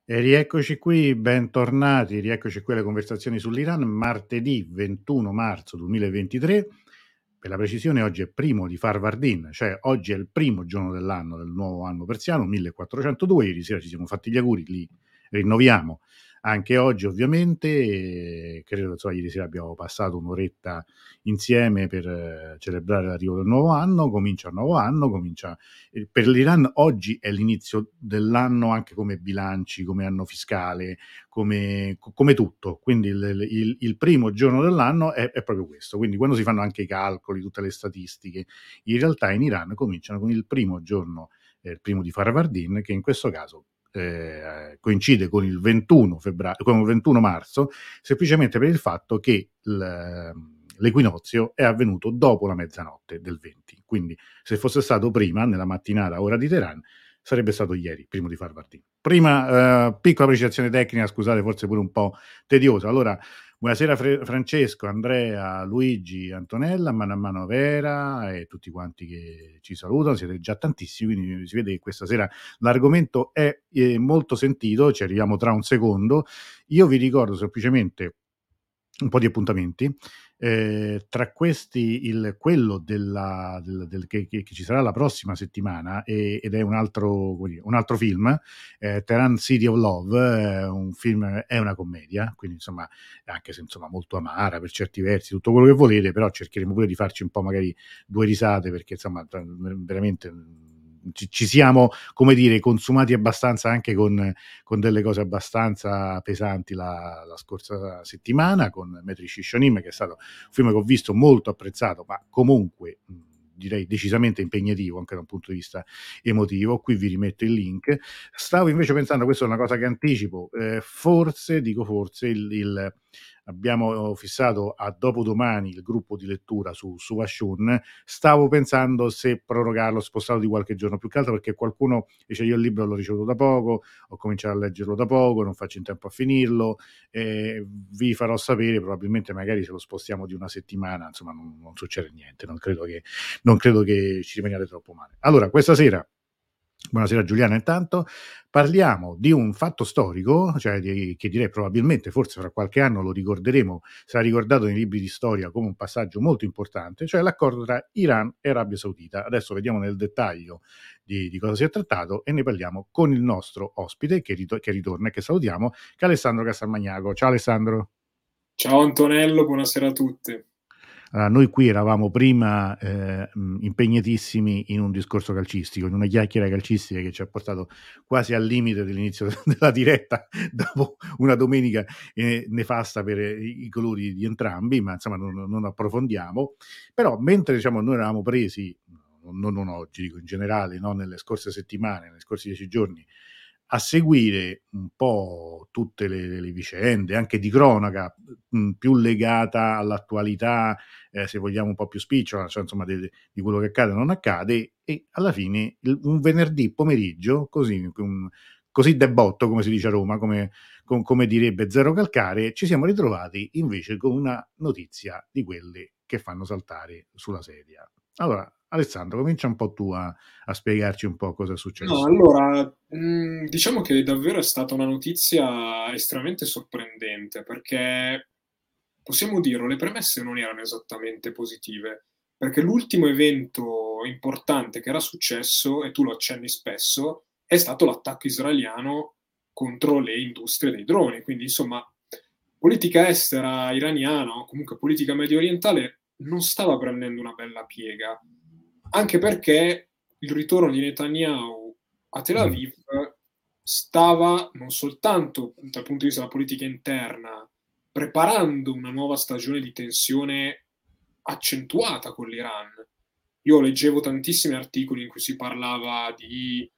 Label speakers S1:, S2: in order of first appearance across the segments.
S1: E rieccoci qui, bentornati, rieccoci qui alle conversazioni sull'Iran, martedì 21 marzo 2023, per la precisione oggi è primo di Farvardin, cioè oggi è il primo giorno dell'anno, del nuovo anno persiano, 1402, ieri sera ci siamo fatti gli auguri, li rinnoviamo anche oggi ovviamente, e credo che ieri sera abbiamo passato un'oretta insieme per celebrare l'arrivo del nuovo anno, comincia il nuovo anno, per l'Iran oggi è l'inizio dell'anno anche come bilanci, come anno fiscale, come tutto, quindi il primo giorno dell'anno è proprio questo, quindi quando si fanno anche i calcoli, tutte le statistiche, in realtà in Iran cominciano con il primo giorno, il primo di Farvardin, che in questo caso coincide con il 21 febbraio, con il 21 marzo, semplicemente per il fatto che l'equinozio è avvenuto dopo la mezzanotte del 20, quindi se fosse stato prima, nella mattinata ora di Teheran, sarebbe stato ieri, primo di Farvardin. Prima, piccola precisazione tecnica, scusate, forse pure un po' tediosa. Allora, buonasera Francesco, Andrea, Luigi, Antonella, mano a mano Vera e tutti quanti che ci salutano, siete già tantissimi, quindi si vede che questa sera l'argomento è molto sentito, ci arriviamo tra un secondo. Io vi ricordo semplicemente un po' di appuntamenti, tra questi quello che ci sarà la prossima settimana, ed è un altro film, Tehran City of Love, un film, è una commedia, quindi insomma, anche se insomma molto amara per certi versi, tutto quello che volete, però cercheremo pure di farci un po' magari due risate, perché insomma veramente ci siamo, come dire, consumati abbastanza anche con delle cose abbastanza pesanti la scorsa settimana, con Metri Scissionim, che è stato un film che ho visto molto apprezzato, ma comunque direi decisamente impegnativo anche da un punto di vista emotivo. Qui vi rimetto il link. Stavo invece pensando, questa è una cosa che anticipo, forse abbiamo fissato a dopodomani il gruppo di lettura su Vashun. Stavo pensando se prorogarlo, spostarlo di qualche giorno, più che altro perché qualcuno dice io il libro l'ho ricevuto da poco, ho cominciato a leggerlo da poco, non faccio in tempo a finirlo, vi farò sapere, probabilmente magari se lo spostiamo di una settimana, insomma non succede niente, non credo che ci rimaniate troppo male. Allora, questa sera, buonasera Giuliana, intanto parliamo di un fatto storico, cioè che direi probabilmente, forse fra qualche anno lo ricorderemo, sarà ricordato nei libri di storia come un passaggio molto importante, cioè l'accordo tra Iran e Arabia Saudita. Adesso vediamo nel dettaglio di cosa si è trattato e ne parliamo con il nostro ospite che ritorna e che salutiamo, che è Alessandro Castelmagnaco. Ciao Alessandro.
S2: Ciao Antonello, buonasera a tutti.
S1: Allora, noi qui eravamo prima impegnatissimi in un discorso calcistico, in una chiacchiera calcistica che ci ha portato quasi al limite dell'inizio della diretta, dopo una domenica nefasta per i colori di entrambi, ma insomma non approfondiamo. Però mentre diciamo, noi eravamo presi, non oggi, dico in generale, no, nelle scorse settimane, nei scorsi 10 giorni, a seguire un po' tutte le vicende, anche di cronaca, più legata all'attualità, se vogliamo un po' più spicciola, cioè insomma di quello che accade o non accade, e alla fine un venerdì pomeriggio, così debotto, come si dice a Roma, come direbbe Zero Calcare, ci siamo ritrovati invece con una notizia di quelle che fanno saltare sulla sedia. Allora, Alessandro, comincia un po' tu a spiegarci un po' cosa è
S2: No,
S1: successo.
S2: allora, diciamo che davvero è stata una notizia estremamente sorprendente perché possiamo dirlo, le premesse non erano esattamente positive, perché l'ultimo evento importante che era successo, e tu lo accenni spesso, è stato l'attacco israeliano contro le industrie dei droni. Quindi, insomma, politica estera iraniana o comunque politica medio orientale non stava prendendo una bella piega, anche perché il ritorno di Netanyahu a Tel
S1: Mm.
S2: Aviv stava non soltanto dal punto di vista della politica interna preparando una nuova stagione di tensione accentuata con l'Iran. Io leggevo tantissimi articoli in cui si parlava di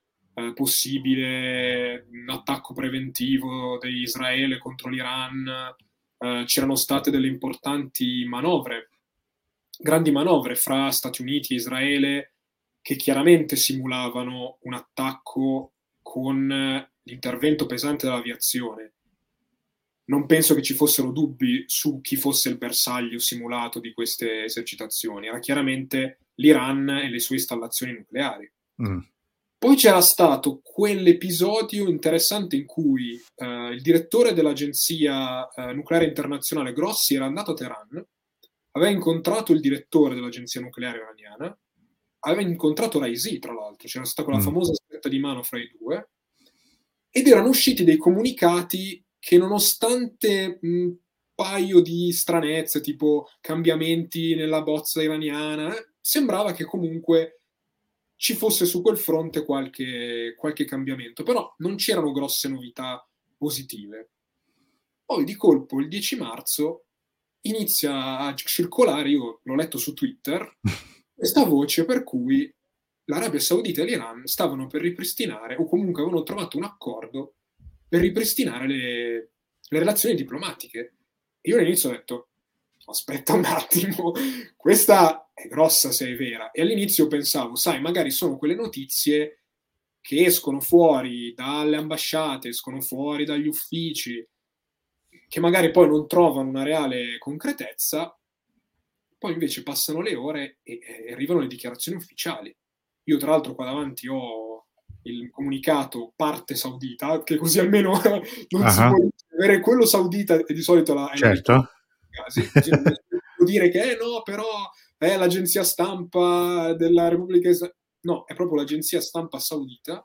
S2: possibile attacco preventivo di Israele contro l'Iran, c'erano state delle importanti manovre, grandi manovre fra Stati Uniti e Israele che chiaramente simulavano un attacco con l'intervento pesante dell'aviazione. Non penso che ci fossero dubbi su chi fosse il bersaglio simulato di queste esercitazioni. Era chiaramente l'Iran e le sue installazioni nucleari.
S1: Mm.
S2: Poi c'era stato quell'episodio interessante in cui il direttore dell'Agenzia Nucleare Internazionale Grossi era andato a Teheran, aveva incontrato il direttore dell'Agenzia Nucleare Iraniana, aveva incontrato Raisi, tra l'altro, c'era stata quella famosa stretta di mano fra i due, ed erano usciti dei comunicati che, nonostante un paio di stranezze, tipo cambiamenti nella bozza iraniana, sembrava che comunque ci fosse su quel fronte qualche cambiamento, però non c'erano grosse novità positive. Poi di colpo il 10 marzo inizia a circolare, io l'ho letto su Twitter, questa voce per cui l'Arabia Saudita e l'Iran stavano per ripristinare, o comunque avevano trovato un accordo per ripristinare le relazioni diplomatiche. E io all'inizio ho detto, aspetta un attimo, questa è grossa se è vera. E all'inizio pensavo, sai, magari sono quelle notizie che escono fuori dalle ambasciate, escono fuori dagli uffici, che magari poi non trovano una reale concretezza, poi invece passano le ore e arrivano le dichiarazioni ufficiali. Io tra l'altro qua davanti ho il comunicato parte saudita, che così almeno non si può avere quello saudita, e di solito è la
S1: Certo.
S2: casi, così non si può dire che no, però è l'agenzia stampa della Repubblica no, è proprio l'agenzia stampa saudita,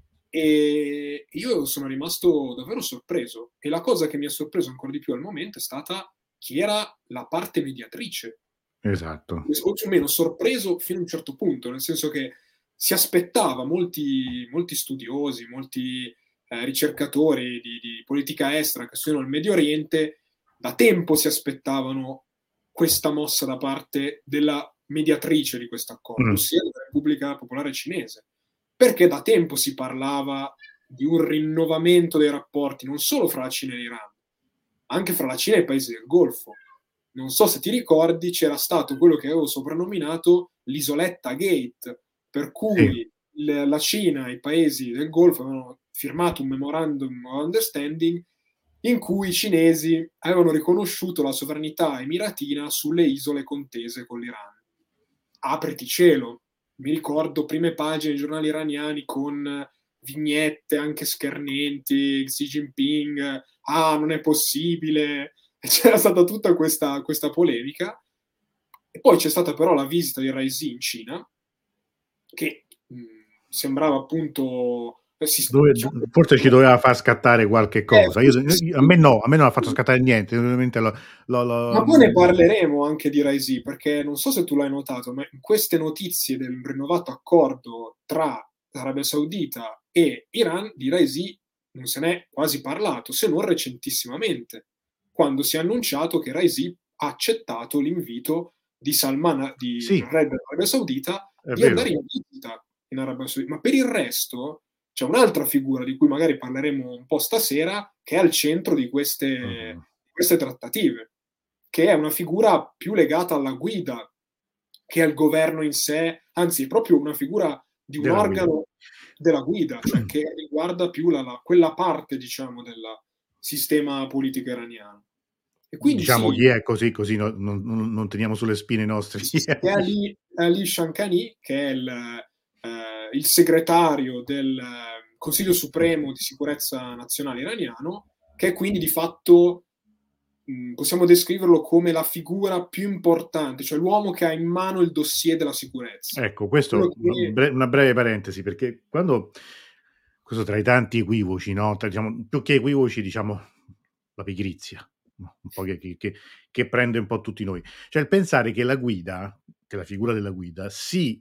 S2: e io sono rimasto davvero sorpreso. E la cosa che mi ha sorpreso ancora di più al momento è stata chi era la parte mediatrice.
S1: Esatto.
S2: O più o meno sorpreso fino a un certo punto, nel senso che si aspettava, molti studiosi, molti ricercatori di politica estera che studiano il Medio Oriente, da tempo si aspettavano questa mossa da parte della mediatrice di questo accordo, ossia della Repubblica Popolare Cinese, perché da tempo si parlava di un rinnovamento dei rapporti non solo fra la Cina e l'Iran, ma anche fra la Cina e i paesi del Golfo. Non so se ti ricordi, c'era stato quello che avevo soprannominato l'isoletta Gate, per cui la Cina e i paesi del Golfo avevano firmato un memorandum of understanding in cui i cinesi avevano riconosciuto la sovranità emiratina sulle isole contese con l'Iran. Apriti cielo, mi ricordo prime pagine dei giornali iraniani con vignette anche schernenti, Xi Jinping, non è possibile, e c'era stata tutta questa polemica. E poi c'è stata però la visita di Raisi in Cina, che sembrava appunto...
S1: Forse ci doveva far scattare qualche cosa. A me non ha fatto scattare niente.
S2: Ma poi ne parleremo anche di Raisi, perché non so se tu l'hai notato, ma in queste notizie del rinnovato accordo tra l'Arabia Saudita e Iran, di Raisi non se n'è quasi parlato, se non recentissimamente, quando si è annunciato che Raisi ha accettato l'invito di Salman, di re dell'Arabia Saudita, di andare in visita in Arabia Saudita. Ma per il resto c'è un'altra figura di cui magari parleremo un po' stasera, che è al centro di queste trattative, che è una figura più legata alla guida che al governo in sé, anzi è proprio una figura di un organo della guida, cioè che riguarda più quella parte, diciamo, del sistema politico iraniano. E quindi
S1: diciamo chi è, così non teniamo sulle spine i nostri.
S2: Che è Ali Shamkhani, che è il segretario del Consiglio Supremo di Sicurezza Nazionale iraniano, che è quindi di fatto, possiamo descriverlo come la figura più importante, cioè l'uomo che ha in mano il dossier della sicurezza.
S1: Ecco, questo una breve parentesi, perché quando questo tra i tanti equivoci, no? Diciamo, più che equivoci, diciamo la pigrizia, un po' che prende un po' tutti noi. Cioè il pensare che la guida, che la figura della guida si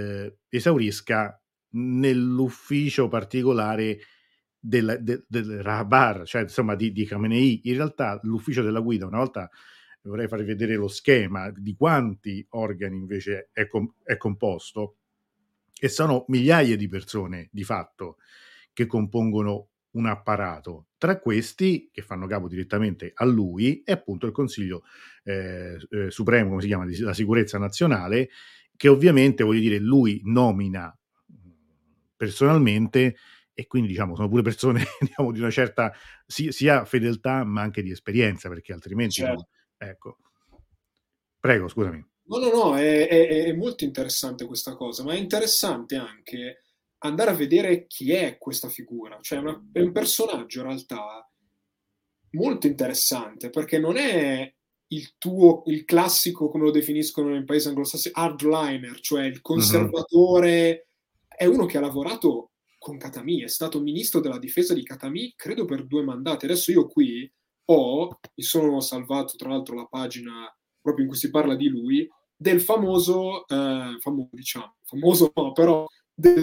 S1: esaurisca nell'ufficio particolare del Rahbar, cioè insomma di Khamenei. In realtà l'ufficio della guida, una volta vorrei farvi vedere lo schema di quanti organi invece è composto, e sono migliaia di persone di fatto che compongono un apparato. Tra questi, che fanno capo direttamente a lui, è appunto il Consiglio Supremo, come si chiama, della Sicurezza Nazionale, che ovviamente, voglio dire, lui nomina personalmente, e quindi diciamo sono pure persone diciamo, di una certa sia fedeltà ma anche di esperienza, perché altrimenti no. Ecco. Prego, scusami.
S2: No, è molto interessante questa cosa, ma è interessante anche andare a vedere chi è questa figura. Cioè è un personaggio in realtà molto interessante, perché non è il classico, come lo definiscono in paesi anglosassoni, hardliner, cioè il
S1: Mhm.
S2: conservatore. È uno che ha lavorato con Khatami, è stato ministro della difesa di Khatami, credo per 2 mandati. Adesso io qui mi sono salvato tra l'altro la pagina proprio in cui si parla di lui, del famoso no, però del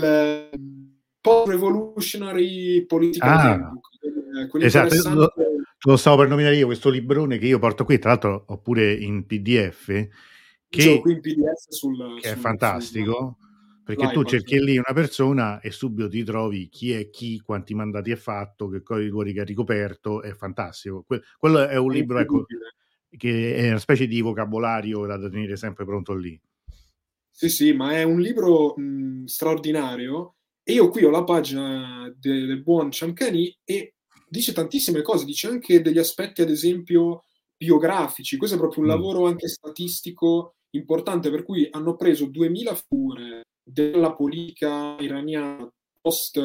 S2: Post-Revolutionary Political
S1: Ah,
S2: Handbook,
S1: esatto,
S2: quell'interessante.
S1: lo stavo per nominare io, questo librone che io porto qui, tra l'altro ho pure in PDF,
S2: Ce l'ho qui
S1: che,
S2: in PDF sul,
S1: che è
S2: sull'iPad.
S1: fantastico, perché tu cerchi lì una persona e subito ti trovi chi è chi, quanti mandati è fatto, che corridori che ha ricoperto, è fantastico. Quello è un
S2: È
S1: libro, ecco,
S2: incredibile.
S1: che è una specie di vocabolario da tenere sempre pronto lì.
S2: Sì, sì, ma è un libro straordinario. E io qui ho la pagina del buon Ciamcani e dice tantissime cose, dice anche degli aspetti, ad esempio, biografici. Questo è proprio un
S1: Mm.
S2: lavoro anche statistico importante, per cui hanno preso 2000 figure della politica iraniana post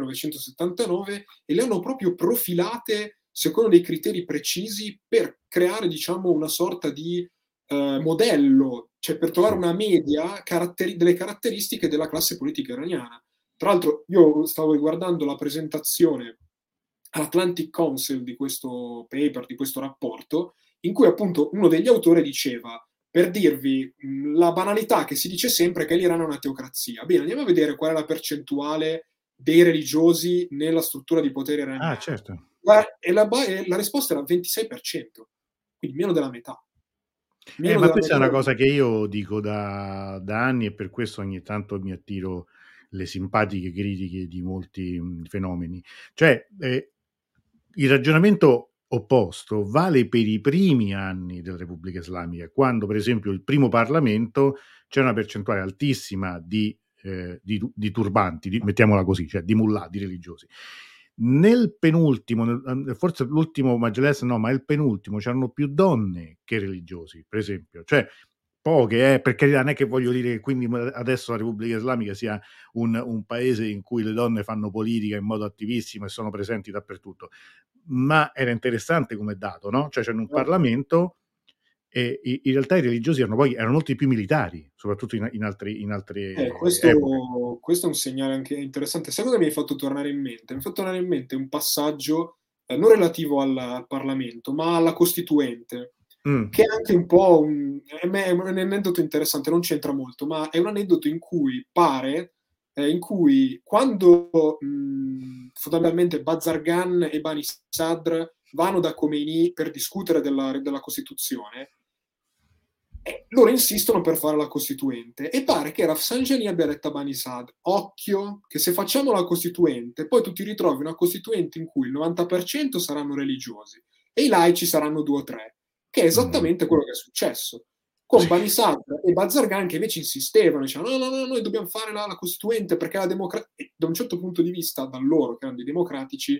S2: 1979 e le hanno proprio profilate secondo dei criteri precisi per creare, diciamo, una sorta di modello, cioè per trovare
S1: Sì.
S2: una media delle caratteristiche della classe politica iraniana. Tra l'altro, io stavo riguardando la presentazione all'Atlantic Council di questo paper, di questo rapporto, in cui appunto uno degli autori diceva, per dirvi la banalità che si dice sempre, che l'Iran è una teocrazia. Bene, andiamo a vedere qual è la percentuale dei religiosi nella struttura di potere
S1: Ah,
S2: iraniana.
S1: certo.
S2: E la risposta era 26%, quindi meno della metà. Meno
S1: Ma
S2: della
S1: questa è
S2: metà
S1: una
S2: del.
S1: cosa che io dico da anni, e per questo ogni tanto mi attiro le simpatiche critiche di molti fenomeni. Cioè, il ragionamento opposto vale per i primi anni della Repubblica Islamica, quando per esempio il primo Parlamento c'è una percentuale altissima di turbanti, mettiamola così, cioè di mullah, di religiosi. Nel penultimo, forse l'ultimo Majles no, ma il penultimo, c'erano più donne che religiosi, per esempio. Cioè, poche, per carità, non è che voglio dire che quindi adesso la Repubblica Islamica sia un paese in cui le donne fanno politica in modo attivissimo e sono presenti dappertutto, ma era interessante come dato, no? Cioè c'era un Parlamento e in realtà i religiosi erano molti più militari, soprattutto in altre epoche.
S2: Questo è un segnale anche interessante. Sai cosa mi hai fatto tornare in mente? Mi hai fatto tornare in mente un passaggio non relativo al Parlamento, ma alla Costituente,
S1: Mm.
S2: che è anche un po' è un aneddoto interessante, non c'entra molto, ma è un aneddoto in cui pare, in cui quando fondamentalmente Bazargan e Bani Sadr vanno da Khomeini per discutere della Costituzione, loro insistono per fare la Costituente e pare che Rafsanjani abbia detto a Banisad: occhio, che se facciamo la Costituente, poi tu ti ritrovi una Costituente in cui il 90% saranno religiosi e i laici saranno 2 o 3, che è
S1: Mhm.
S2: esattamente quello che è successo. Con
S1: Sì.
S2: Banisad e Bazargan che invece insistevano, dicevano: no, no, no, noi dobbiamo fare la Costituente perché la democrazia, da un certo punto di vista, da loro, che erano dei democratici,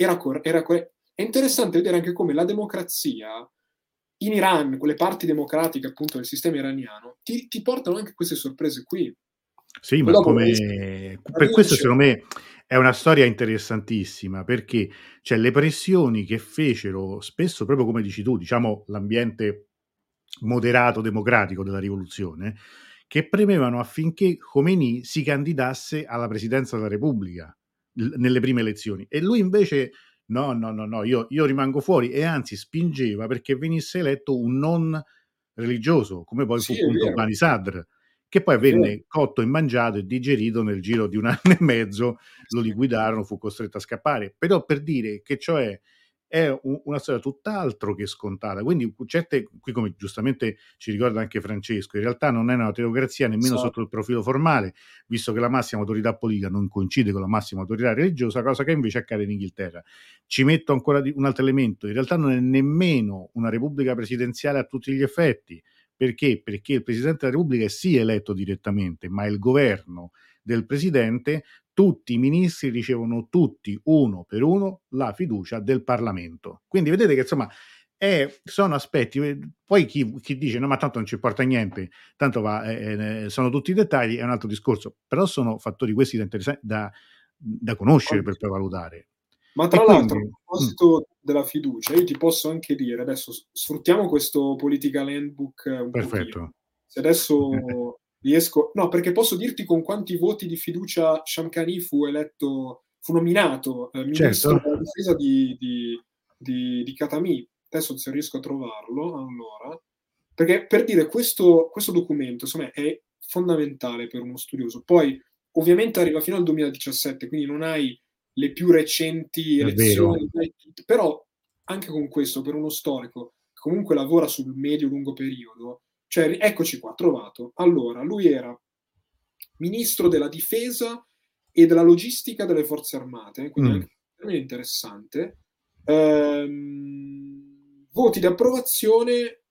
S2: è interessante vedere anche come la democrazia in Iran, quelle parti democratiche appunto del sistema iraniano, ti portano anche queste sorprese qui.
S1: Sì,
S2: Poi
S1: ma
S2: dopo
S1: come per questo
S2: dice,
S1: secondo me è una storia interessantissima, perché cioè, le pressioni che fecero spesso, proprio come dici tu, diciamo l'ambiente moderato democratico della rivoluzione, che premevano affinché Khomeini si candidasse alla presidenza della Repubblica nelle prime elezioni. E lui invece no, no, no, no, io rimango fuori, e anzi spingeva perché venisse eletto un non religioso, come poi fu
S2: sì, è
S1: appunto
S2: vero,
S1: Bani Sadr, che poi
S2: è vero.
S1: venne cotto e mangiato e digerito nel giro di un anno e mezzo, lo
S2: Sì.
S1: liquidarono, fu costretto a scappare. Però per dire che cioè è una storia tutt'altro che scontata. Quindi certe, qui come giustamente ci ricorda anche Francesco, in realtà non è una teocrazia nemmeno sotto
S2: Esatto.
S1: il profilo formale, visto che la massima autorità politica non coincide con la massima autorità religiosa, cosa che invece accade in Inghilterra. Ci metto ancora un altro elemento: in realtà non è nemmeno una repubblica presidenziale a tutti gli effetti. Perché? Perché il Presidente della Repubblica è sì eletto direttamente, ma il governo del Presidente, tutti i ministri ricevono tutti, uno per uno, la fiducia del Parlamento. Quindi vedete che insomma sono aspetti, poi chi dice no, ma tanto non ci importa niente, tanto sono tutti dettagli, è un altro discorso, però sono fattori questi da conoscere per poi valutare.
S2: Ma
S1: E
S2: tra l'altro, a
S1: quindi,
S2: proposito della fiducia, io ti posso anche dire, adesso sfruttiamo questo political handbook un pochino.
S1: perfetto.
S2: Se adesso riesco, no, perché posso dirti con quanti voti di fiducia Shamkhani fu nominato
S1: Certo.
S2: ministro della difesa di Khatami. Adesso se riesco a trovarlo, allora, perché per dire questo documento, insomma, è fondamentale per uno studioso. Poi, ovviamente arriva fino al 2017, quindi non hai le più recenti
S1: È vero.
S2: elezioni, però anche con questo, per uno storico che comunque lavora sul medio-lungo periodo, cioè eccoci qua, trovato. Allora, lui era ministro della difesa e della logistica delle forze armate, quindi anche un termine interessante. Voti di approvazione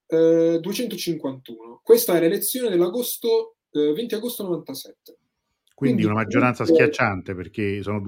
S2: 251. Questa è l'elezione dell'agosto 20 agosto 97.
S1: Quindi
S2: Quindi
S1: una maggioranza schiacciante, perché sono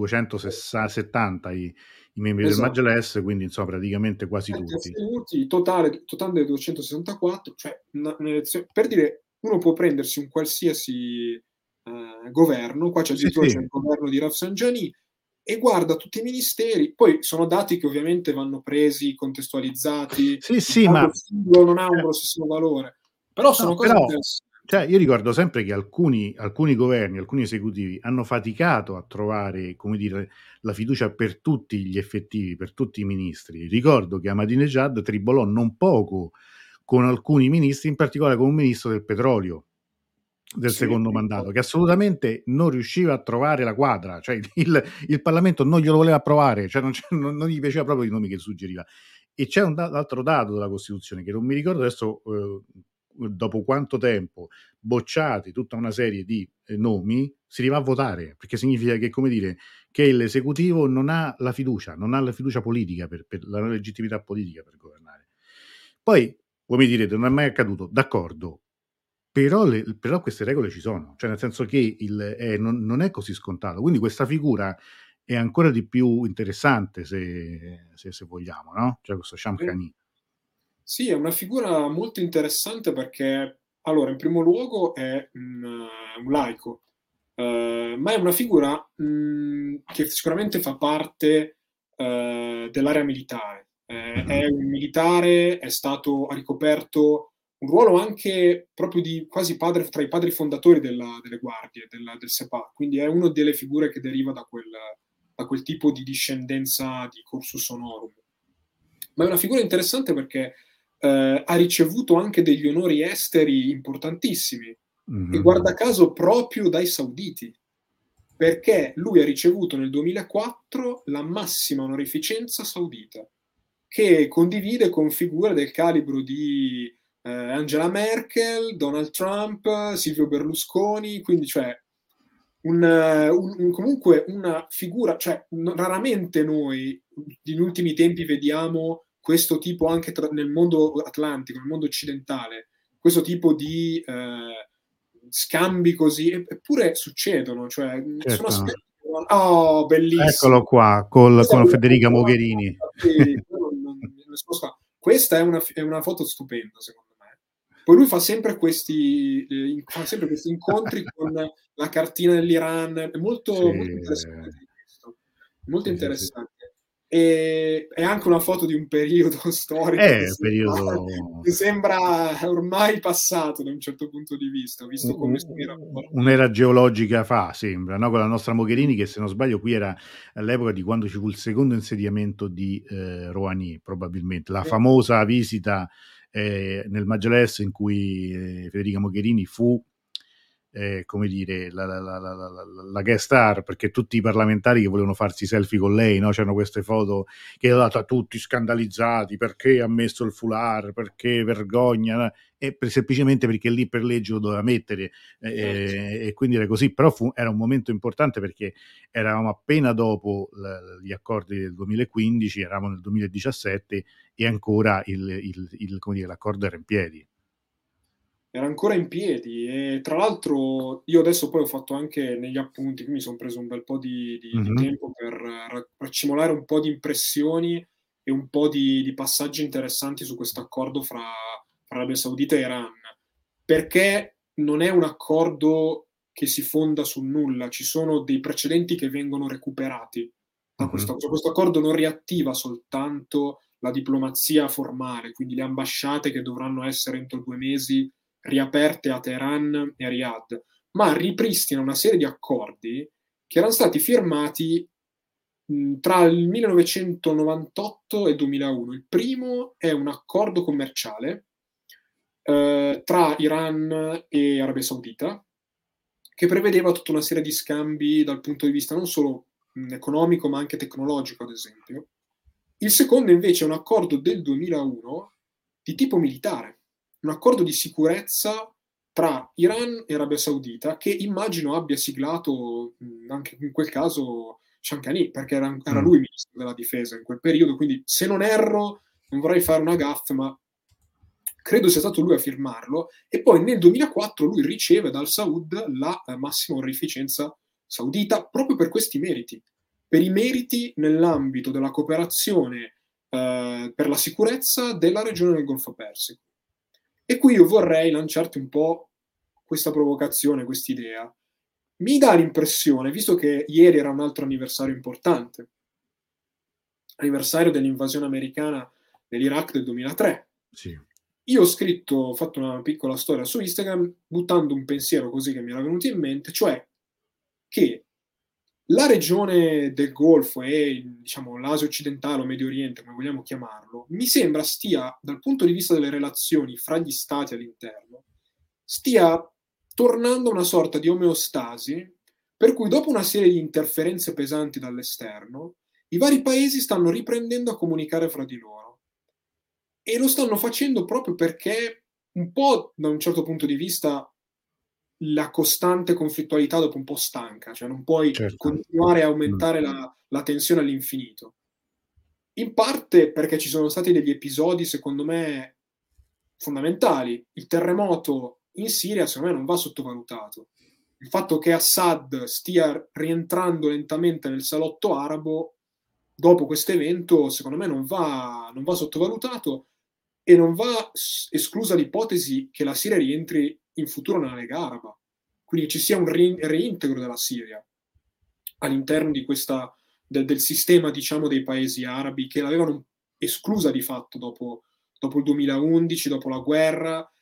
S1: 270 i membri del
S2: esatto.
S1: Majles, quindi insomma praticamente quasi
S2: 7
S1: tutti.
S2: astenuti, totale 264, cioè un'elezione, per dire, uno può prendersi un qualsiasi governo, qua c'è
S1: Sì,
S2: addirittura
S1: sì.
S2: c'è il governo di Rafsanjani, e guarda tutti i ministeri, poi sono dati che ovviamente vanno presi, contestualizzati,
S1: Sì,
S2: il
S1: sì, ma
S2: dato singolo non ha un grossissimo valore, però
S1: no,
S2: sono cose
S1: però
S2: interessanti.
S1: cioè io ricordo sempre che alcuni governi, alcuni esecutivi hanno faticato a trovare, come dire, la fiducia per tutti gli effettivi, per tutti i ministri. Ricordo che Ahmadinejad tribolò non poco con alcuni ministri, in particolare con un ministro del petrolio del
S2: Sì,
S1: secondo mandato, che assolutamente non riusciva a trovare la quadra, cioè il Parlamento non glielo voleva approvare, cioè non gli piaceva proprio i nomi che suggeriva. E c'è un altro dato della Costituzione che non mi ricordo adesso, dopo quanto tempo, bocciati tutta una serie di nomi, si arriva a votare, perché significa che, come dire, che l'esecutivo non ha la fiducia politica per la legittimità politica per governare. Poi, voi mi direte, non è mai accaduto, d'accordo, però queste regole ci sono, cioè nel senso che non è così scontato. Quindi questa figura è ancora di più interessante se vogliamo, no, cioè questo
S2: sì.
S1: Shamkhani.
S2: Sì, è una figura molto interessante perché, allora, in primo luogo è un laico, ma è una figura che sicuramente fa parte dell'area militare.
S1: Mh-mh.
S2: È un militare, ha ricoperto un ruolo anche proprio di quasi padre, tra i padri fondatori delle guardie, del Sepah, quindi è una delle figure che deriva da quel tipo di discendenza di cursus honorum. Ma è una figura interessante perché ha ricevuto anche degli onori esteri importantissimi e
S1: Mh-mh.
S2: guarda caso proprio dai sauditi, perché lui ha ricevuto nel 2004 la massima onorificenza saudita, che condivide con figure del calibro di Angela Merkel, Donald Trump, Silvio Berlusconi, quindi cioè comunque una figura, cioè raramente noi negli ultimi tempi vediamo questo tipo anche nel mondo atlantico, nel mondo occidentale, questo tipo di scambi così, eppure succedono, cioè sono
S1: Certo.
S2: aspetti. Oh,
S1: Eccolo
S2: bellissimo!
S1: qua,
S2: Questa
S1: con
S2: è una
S1: Federica
S2: foto,
S1: Mogherini.
S2: sì, questa è una foto stupenda, secondo me. Poi lui fa sempre questi incontri con la cartina dell'Iran, è
S1: Sì,
S2: molto interessante di questo, molto
S1: sì, sì, sì.
S2: interessante. È anche una foto di un periodo storico
S1: Periodo
S2: che sembra ormai passato da un certo punto di vista,
S1: u
S2: visto come
S1: u
S2: sono i
S1: u
S2: rapporti.
S1: un'era geologica fa, sembra, no, con la nostra Mogherini che, se non sbaglio, qui era all'epoca di quando ci fu il secondo insediamento di Rouhani, probabilmente. La
S2: Sì,
S1: famosa visita nel Majles in cui Federica Mogherini fu, come dire, la guest star, perché tutti i parlamentari che volevano farsi selfie con lei, no, c'erano queste foto che ha dato a tutti scandalizzati, perché ha messo il foulard, perché vergogna, no? Semplicemente perché lì per legge lo doveva mettere,
S2: certo.
S1: e quindi era così, però era un momento importante perché eravamo appena dopo gli accordi del 2015, eravamo nel 2017 e ancora come dire, l'accordo era in piedi.
S2: Era ancora in piedi e tra l'altro io adesso poi ho fatto anche negli appunti, qui mi son preso un bel po' di
S1: Mh-mh.
S2: tempo per raccimolare un po' di impressioni e un po' di passaggi interessanti su questo accordo fra Arabia Saudita e Iran, perché non è un accordo che si fonda sul nulla, ci sono dei precedenti che vengono recuperati da questo accordo non riattiva soltanto la diplomazia formale, quindi le ambasciate che dovranno essere entro 2 mesi riaperte a Teheran e a Riyadh, ma ripristina una serie di accordi che erano stati firmati tra il 1998 e il 2001. Il primo è un accordo commerciale tra Iran e Arabia Saudita, che prevedeva tutta una serie di scambi dal punto di vista non solo economico, ma anche tecnologico, ad esempio. Il secondo invece è un accordo del 2001 di tipo militare, un accordo di sicurezza tra Iran e Arabia Saudita, che immagino abbia siglato anche in quel caso Shankani, perché era lui ministro della difesa in quel periodo, quindi se non erro, non vorrei fare una gaffe, ma credo sia stato lui a firmarlo, e poi nel 2004 lui riceve dal Saud la massima onorificenza saudita proprio per questi meriti, per i meriti nell'ambito della cooperazione per la sicurezza della regione del Golfo Persico. E qui io vorrei lanciarti un po' questa provocazione, quest'idea. Mi dà l'impressione, visto che ieri era un altro anniversario importante, anniversario dell'invasione americana dell'Iraq del 2003.
S1: Sì.
S2: Io ho fatto una piccola storia su Instagram, buttando un pensiero così che mi era venuto in mente, cioè che la regione del Golfo e diciamo l'Asia occidentale o Medio Oriente, come vogliamo chiamarlo, mi sembra stia, dal punto di vista delle relazioni fra gli stati all'interno, stia tornando a una sorta di omeostasi, per cui dopo una serie di interferenze pesanti dall'esterno, i vari paesi stanno riprendendo a comunicare fra di loro. E lo stanno facendo proprio perché un po' da un certo punto di vista la costante conflittualità dopo un po' stanca, cioè non puoi continuare a aumentare la tensione all'infinito. In parte perché ci sono stati degli episodi, secondo me, fondamentali. Il terremoto in Siria, secondo me, non va sottovalutato. Il fatto che Assad stia rientrando lentamente nel salotto arabo dopo questo evento, secondo me, non va sottovalutato e non va esclusa l'ipotesi che la Siria rientri in futuro nella Lega Araba. Quindi ci sia un reintegro della Siria all'interno di del sistema, diciamo, dei paesi arabi che l'avevano esclusa di fatto dopo il 2011, dopo la guerra.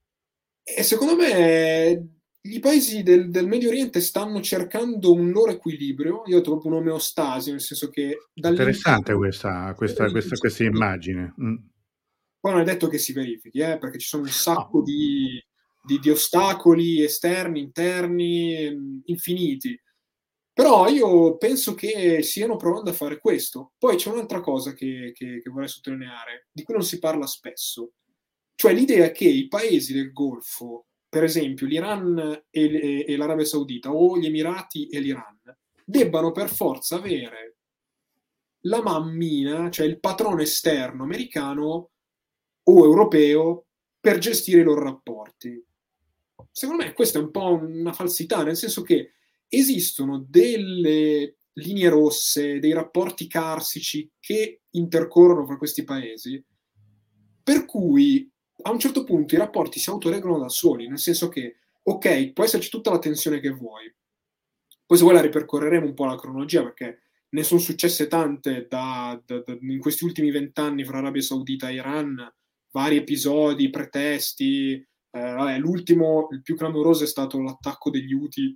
S2: E secondo me i paesi del Medio Oriente stanno cercando un loro equilibrio. Io ho proprio un'omeostasi, nel senso che
S1: interessante questa immagine.
S2: Poi non è detto che si verifichi, perché ci sono un sacco di ostacoli esterni, interni, infiniti. Però io penso che stiano provando a fare questo. Poi c'è un'altra cosa che vorrei sottolineare, di cui non si parla spesso, cioè l'idea che i paesi del Golfo, per esempio l'Iran e l'Arabia Saudita, o gli Emirati e l'Iran, debbano per forza avere la mammina, cioè il patrono esterno americano o europeo per gestire i loro rapporti. Secondo me questa è un po' una falsità, nel senso che esistono delle linee rosse, dei rapporti carsici che intercorrono fra questi paesi, per cui a un certo punto i rapporti si autoregolano da soli, nel senso che, ok, può esserci tutta la tensione che vuoi, poi se vuoi la ripercorreremo un po' la cronologia, perché ne sono successe tante in questi ultimi 20 anni fra Arabia Saudita e Iran, vari episodi, pretesti. L'ultimo, il più clamoroso, è stato l'attacco degli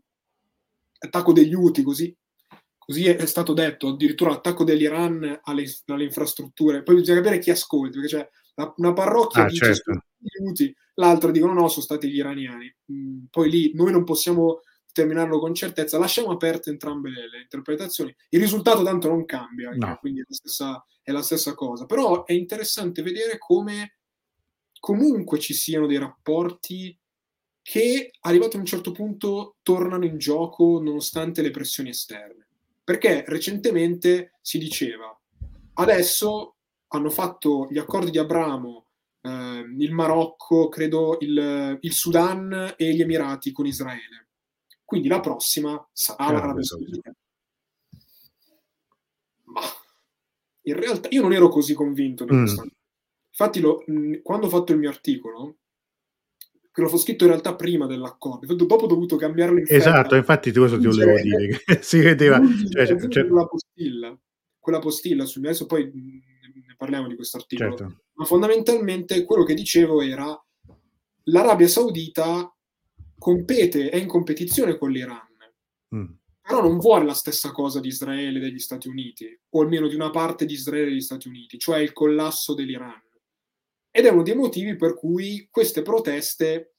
S2: Houthi, così è stato detto, addirittura l'attacco dell'Iran alle infrastrutture. Poi bisogna capire chi ascolta, perché c'è una parrocchia dice
S1: certo.
S2: sono gli Houthi, l'altra dicono no, sono stati gli iraniani. Poi lì noi non possiamo determinarlo con certezza, lasciamo aperte entrambe le interpretazioni. Il risultato tanto non cambia,
S1: No.
S2: quindi è la stessa cosa. Però è interessante vedere come comunque ci siano dei rapporti che, arrivati a un certo punto, tornano in gioco nonostante le pressioni esterne. Perché recentemente si diceva, adesso hanno fatto gli accordi di Abramo, il Marocco, credo il Sudan e gli Emirati con Israele. Quindi la prossima sarà l'Arabia Saudita. Ma in realtà io non ero così convinto di questa. Infatti quando ho fatto il mio articolo, che l'ho scritto in realtà prima dell'accordo, dopo ho dovuto cambiarlo in fretta.
S1: Esatto, infatti di questo ti volevo dire, che si vedeva, cioè,
S2: Quella postilla sul adesso poi ne parliamo di questo articolo,
S1: certo.
S2: ma fondamentalmente quello che dicevo era l'Arabia Saudita è in competizione con l'Iran, però non vuole la stessa cosa di Israele e degli Stati Uniti, o almeno di una parte di Israele e degli Stati Uniti, cioè il collasso dell'Iran. Ed è uno dei motivi per cui queste proteste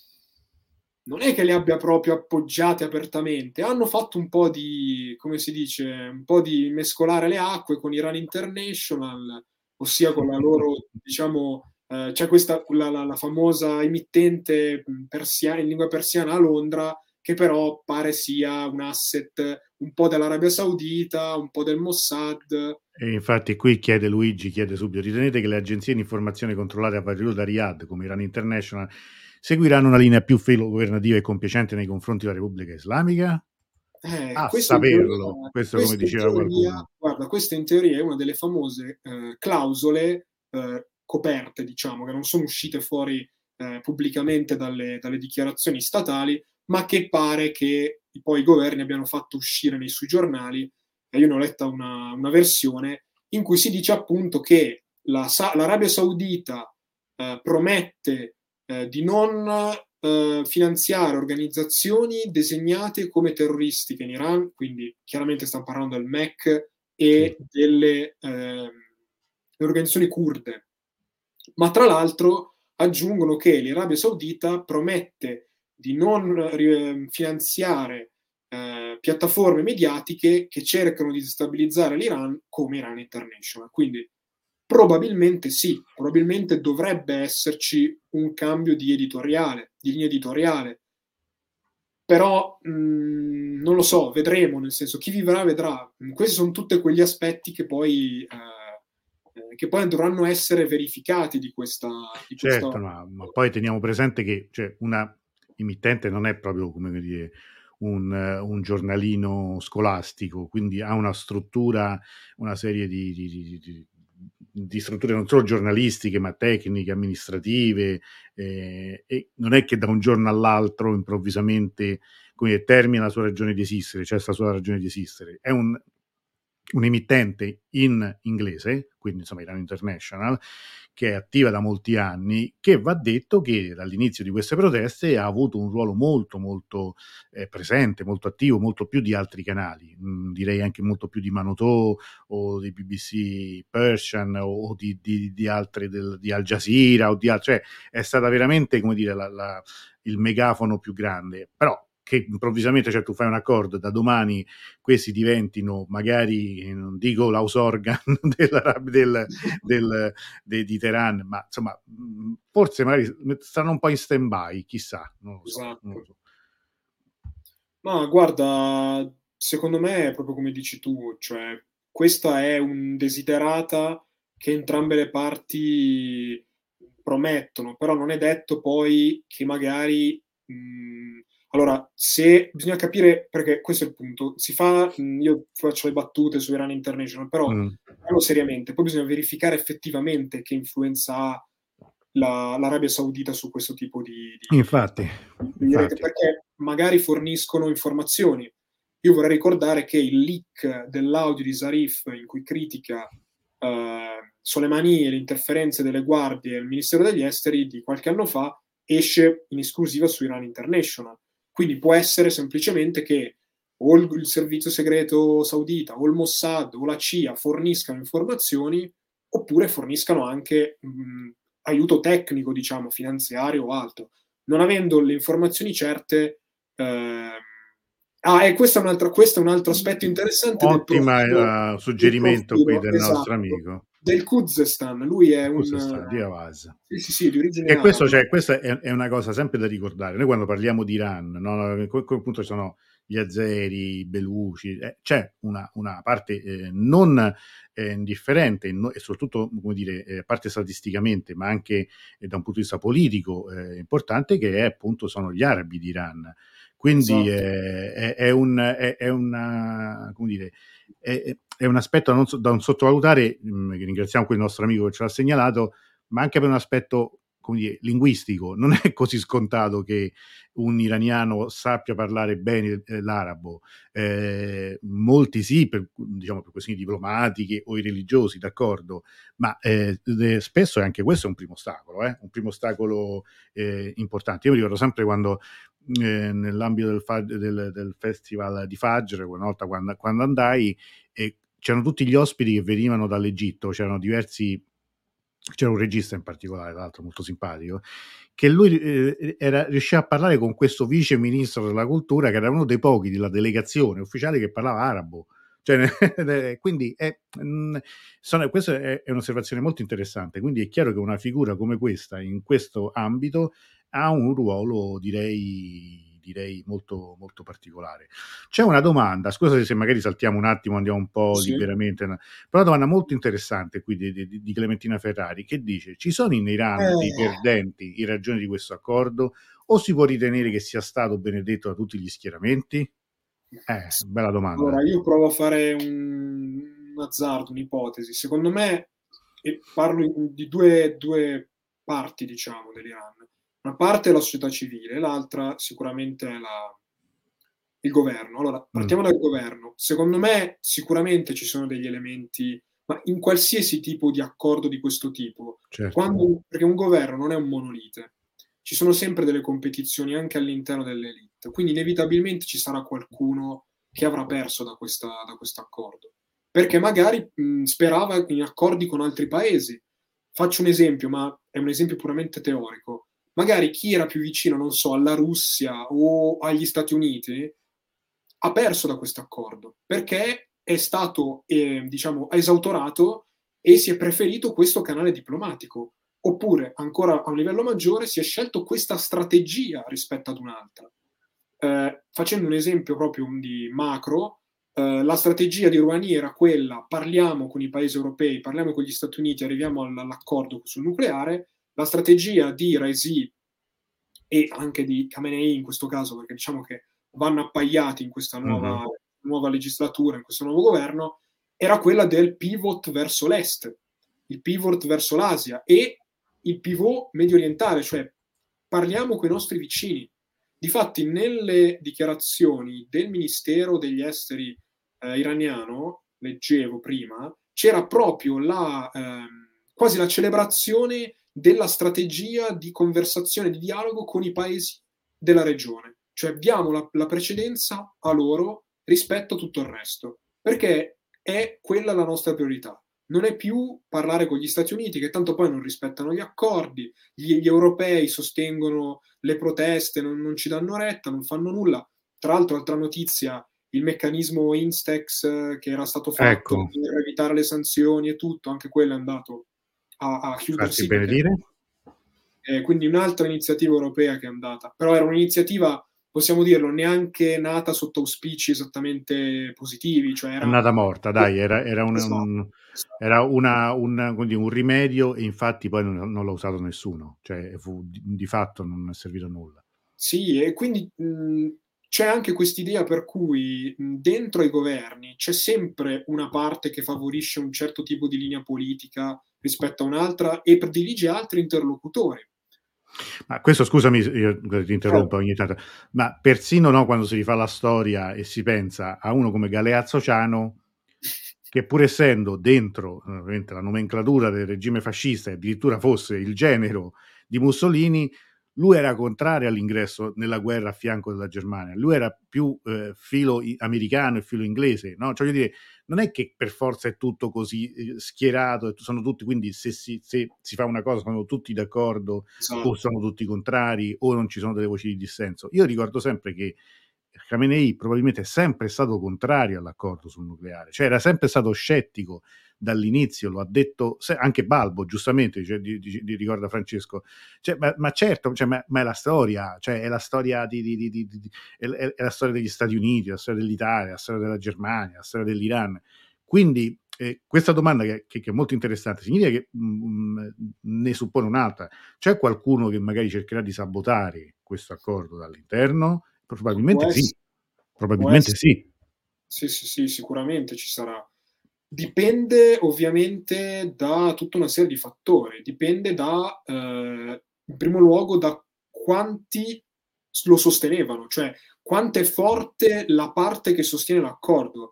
S2: non è che le abbia proprio appoggiate apertamente, hanno fatto un po' di, come si dice, un po' di mescolare le acque con Iran International, ossia con la loro, diciamo, c'è questa, la famosa emittente in lingua persiana a Londra, che però pare sia un asset un po' dell'Arabia Saudita, un po' del Mossad.
S1: E infatti qui Luigi chiede subito: ritenete che le agenzie di informazione controllate a vario titolo da Riyadh, come Iran International, seguiranno una linea più filogovernativa e compiacente nei confronti della Repubblica Islamica? A saperlo, questo come diceva qualcuno.
S2: Guarda, questa in teoria è una delle famose clausole coperte, diciamo, che non sono uscite fuori pubblicamente dalle dichiarazioni statali, ma che pare che poi i governi abbiano fatto uscire sui giornali. E io ne ho letta una versione in cui si dice appunto che l'Arabia Saudita promette di non finanziare organizzazioni designate come terroristiche in Iran, quindi chiaramente stiamo parlando del MEC e delle organizzazioni kurde, ma tra l'altro aggiungono che l'Arabia Saudita promette di non finanziare piattaforme mediatiche che cercano di destabilizzare l'Iran come Iran International. Quindi probabilmente sì, probabilmente dovrebbe esserci un cambio di linea editoriale, però non lo so, vedremo, nel senso, chi vivrà vedrà. Questi sono tutti quegli aspetti che poi dovranno essere verificati di questa.
S1: Certo, ma poi teniamo presente che, cioè, una emittente non è proprio, come dire, un giornalino scolastico, quindi ha una struttura, una serie di strutture non solo giornalistiche, ma tecniche, amministrative, e non è che da un giorno all'altro improvvisamente, come dire, termina la sua ragione di esistere, cioè la sua ragione di esistere. È un emittente in inglese, quindi insomma Iran International, che è attiva da molti anni, che va detto che dall'inizio di queste proteste ha avuto un ruolo molto molto presente, molto attivo, molto più di altri canali, direi anche molto più di Manotò o di BBC Persian o di altre di Al Jazeera o di altri, cioè è stata veramente, come dire, il megafono più grande, però che improvvisamente, cioè, tu fai un accordo, da domani questi diventino magari, non dico l'house organ di Teheran, ma insomma forse magari stanno un po' in stand by, chissà, non lo so,
S2: Esatto.
S1: non lo so.
S2: Ma guarda, secondo me è proprio come dici tu, cioè questa è un desiderata che entrambe le parti promettono, però non è detto poi che magari allora, se bisogna capire, perché questo è il punto, io faccio le battute su Iran International, però parlo seriamente, poi bisogna verificare effettivamente che influenza ha l'Arabia Saudita su questo tipo
S1: Infatti.
S2: perché magari forniscono informazioni. Io vorrei ricordare che il leak dell'audio di Zarif in cui critica Soleimani e le interferenze delle guardie al Ministero degli Esteri di qualche anno fa esce in esclusiva su Iran International. Quindi può essere semplicemente che o il servizio segreto saudita o il Mossad o la CIA forniscano informazioni oppure forniscano anche aiuto tecnico, diciamo, finanziario o altro. Non avendo le informazioni certe, e questo è un altro aspetto interessante
S1: Ottima suggerimento qui del nostro
S2: esatto,
S1: amico.
S2: del Khuzestan. Lui è
S1: Di Avaz.
S2: sì, di origine
S1: E questo,
S2: araba.
S1: cioè, questa è una cosa sempre da ricordare. Noi quando parliamo di Iran, no, appunto ci sono gli azeri, i beluci, c'è una parte non indifferente e soprattutto, come dire, a parte statisticamente, ma anche da un punto di vista politico importante, che appunto sono gli arabi di Iran. Quindi
S2: Esatto.
S1: è una, come dire, è un aspetto da non sottovalutare, ringraziamo qui il nostro amico che ce l'ha segnalato, ma anche per un aspetto, come dire, linguistico. Non è così scontato che un iraniano sappia parlare bene l'arabo. Molti sì, diciamo, per questioni diplomatiche o religiosi, d'accordo, ma spesso è anche questo è un primo ostacolo, un primo ostacolo importante. Io mi ricordo sempre quando nell'ambito del festival di Fajr, una volta quando andai, c'erano tutti gli ospiti che venivano dall'Egitto, c'era un regista in particolare, tra l'altro molto simpatico, che lui riusciva a parlare con questo vice ministro della cultura, che era uno dei pochi della delegazione ufficiale che parlava arabo. Cioè, quindi questa è un'osservazione molto interessante. Quindi è chiaro che una figura come questa, in questo ambito, ha un ruolo, direi molto, molto particolare. C'è una domanda, scusa se magari saltiamo un attimo, andiamo un po'
S2: Sì.
S1: liberamente, però una domanda molto interessante qui di Clementina Ferrari, che dice: ci sono in Iran dei perdenti in ragione di questo accordo, o si può ritenere che sia stato benedetto da tutti gli schieramenti? Bella domanda.
S2: Allora, io provo a fare un azzardo, un'ipotesi. Secondo me, e parlo di due parti, diciamo, dell'Iran. Una parte è la società civile, l'altra sicuramente è il governo. Allora, partiamo dal governo. Secondo me, sicuramente ci sono degli elementi, ma in qualsiasi tipo di accordo di questo tipo,
S1: certo.
S2: perché un governo non è un monolite, ci sono sempre delle competizioni anche all'interno dell'elite, quindi inevitabilmente ci sarà qualcuno che avrà perso da questo accordo, perché magari sperava in accordi con altri paesi. Faccio un esempio, ma è un esempio puramente teorico. Magari chi era più vicino, non so, alla Russia o agli Stati Uniti ha perso da questo accordo perché è stato, diciamo, esautorato e si è preferito questo canale diplomatico. Oppure, ancora a un livello maggiore, si è scelto questa strategia rispetto ad un'altra. Facendo un esempio proprio di macro, la strategia di Rouhani era quella: parliamo con i paesi europei, parliamo con gli Stati Uniti, arriviamo all'accordo sul nucleare. La strategia di Raisi e anche di Khamenei in questo caso, perché diciamo che vanno appaiati in questa nuova legislatura, in questo nuovo governo, era quella del pivot verso l'est, il pivot verso l'Asia e il pivot medio orientale, cioè parliamo con i nostri vicini. Difatti, nelle dichiarazioni del Ministero degli Esteri iraniano, leggevo prima, c'era proprio quasi la celebrazione della strategia di conversazione, di dialogo con i paesi della regione. Cioè diamo la precedenza a loro rispetto a tutto il resto, perché è quella la nostra priorità. Non è più parlare con gli Stati Uniti, che tanto poi non rispettano gli accordi, gli europei sostengono le proteste, non ci danno retta, non fanno nulla. Tra l'altro, altra notizia, il meccanismo Instex che era stato fatto
S1: Ecco,
S2: per evitare le sanzioni e tutto, anche quello è andato a
S1: farsi
S2: chiudersi perché
S1: benedire.
S2: quindi un'altra iniziativa europea che è andata, però era un'iniziativa, possiamo dirlo, neanche nata sotto auspici esattamente positivi, cioè
S1: È
S2: era
S1: nata morta, dai, era
S2: esatto, esatto.
S1: era quindi un rimedio, e infatti poi non l'ha usato nessuno, cioè di fatto non è servito a nulla.
S2: Sì, e quindi c'è anche quest'idea per cui dentro ai governi c'è sempre una parte che favorisce un certo tipo di linea politica rispetto a un'altra e predilige altri interlocutori.
S1: Ma questo, scusami, io ti interrompo
S2: Certo.
S1: ogni tanto, ma persino, no, quando si rifà la storia e si pensa a uno come Galeazzo Ciano, che pur essendo dentro ovviamente la nomenclatura del regime fascista e addirittura fosse il genero di Mussolini, lui era contrario all'ingresso nella guerra a fianco della Germania. Lui era più filo americano e filo inglese, no? Cioè, voglio dire, non è che per forza è tutto così schierato, sono tutti, quindi se si fa una cosa sono tutti d'accordo o
S2: Esatto.
S1: sono tutti contrari o non ci sono delle voci di dissenso. Io ricordo sempre che Khamenei probabilmente è sempre stato contrario all'accordo sul nucleare, cioè era sempre stato scettico dall'inizio, lo ha detto anche Balbo, giustamente, ricorda Francesco, cioè, ma certo, cioè, ma è la storia, cioè è la storia è la storia degli Stati Uniti, la storia dell'Italia, la storia della Germania, la storia dell'Iran. Quindi questa domanda che è molto interessante significa che ne suppone un'altra. C'è qualcuno che magari cercherà di sabotare questo accordo dall'interno?
S2: Può
S1: Probabilmente sì,
S2: essere, può
S1: probabilmente
S2: essere.
S1: sì.
S2: Sì, sì, sì, sicuramente ci sarà. Dipende ovviamente da tutta una serie di fattori, dipende da, in primo luogo, da quanti lo sostenevano, cioè quanto è forte la parte che sostiene l'accordo.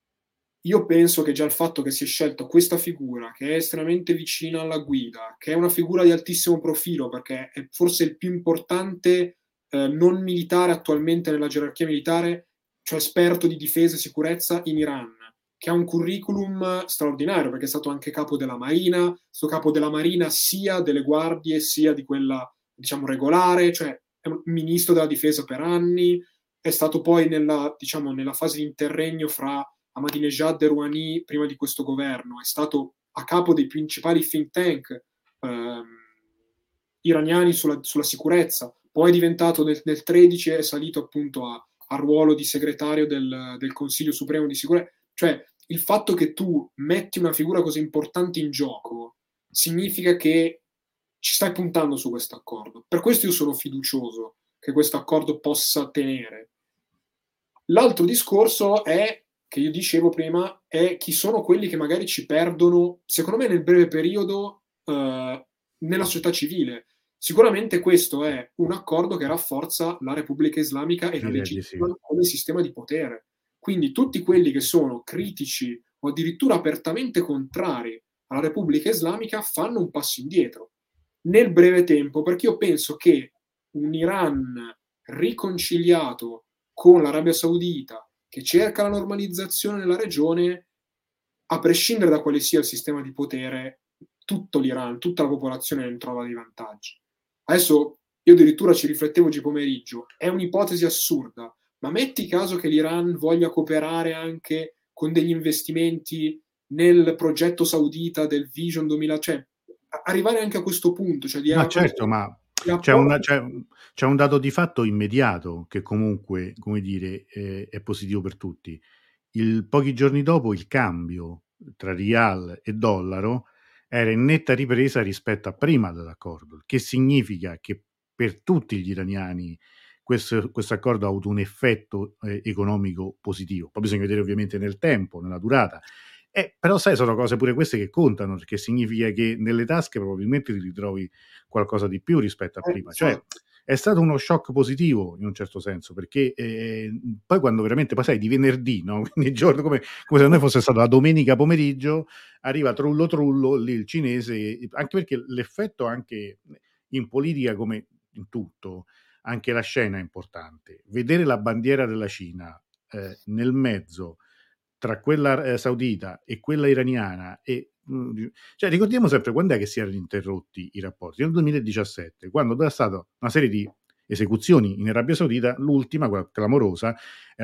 S2: Io penso che già il fatto che si è scelto questa figura, che è estremamente vicina alla guida, che è una figura di altissimo profilo, perché è forse il più importante non militare attualmente nella gerarchia militare, cioè esperto di difesa e sicurezza in Iran, che ha un curriculum straordinario, perché è stato anche capo della Marina, capo della Marina sia delle guardie sia di quella, diciamo, regolare, cioè è un ministro della difesa per anni, è stato poi nella fase di interregno fra Ahmadinejad e Rouhani prima di questo governo, è stato a capo dei principali think tank ehm, iraniani sulla sicurezza, poi è diventato nel 13 è salito appunto al ruolo di segretario del Consiglio Supremo di Sicurezza, cioè il fatto che tu metti una figura così importante in gioco significa che ci stai puntando su questo accordo. Per questo io sono fiducioso che questo accordo possa tenere. L'altro discorso è, che io dicevo prima, è chi sono quelli che magari ci perdono, secondo me nel breve periodo, nella società civile. Sicuramente questo è un accordo che rafforza la Repubblica Islamica e la
S1: Direi di sì.
S2: legittima come sistema di potere. Quindi tutti quelli che sono critici o addirittura apertamente contrari alla Repubblica Islamica fanno un passo indietro nel breve tempo, perché io penso che un Iran riconciliato con l'Arabia Saudita, che cerca la normalizzazione nella regione, a prescindere da quale sia il sistema di potere, tutto l'Iran, tutta la popolazione ne trova dei vantaggi. Adesso io addirittura ci riflettevo oggi pomeriggio, è un'ipotesi assurda, ma metti caso che l'Iran voglia cooperare anche con degli investimenti nel progetto saudita del Vision 2000, cioè arrivare anche a questo punto, cioè di
S1: Ma
S2: avere
S1: certo, ma c'è
S2: rapporti.
S1: c'è un dato di fatto immediato che comunque, come dire, è positivo per tutti. Pochi giorni dopo il cambio tra rial e dollaro era in netta ripresa rispetto a prima dell'accordo, il che significa che per tutti gli iraniani questo accordo ha avuto un effetto economico positivo. Poi bisogna vedere ovviamente nel tempo, nella durata. Però sai, sono cose pure queste che contano, perché significa che nelle tasche probabilmente ti ritrovi qualcosa di più rispetto a prima. Cioè,
S2: Infatti,
S1: è stato uno shock positivo in un certo senso, perché poi quando veramente, poi sai, di venerdì, no? Quindi il giorno come se noi fosse stata la domenica pomeriggio, arriva trullo trullo lì il cinese, anche perché l'effetto anche in politica come in tutto, anche la scena è importante. Vedere la bandiera della Cina nel mezzo tra quella saudita e quella iraniana cioè ricordiamo sempre quando è che si erano interrotti i rapporti, nel 2017, quando c'è stata una serie di esecuzioni in Arabia Saudita, l'ultima, quella clamorosa,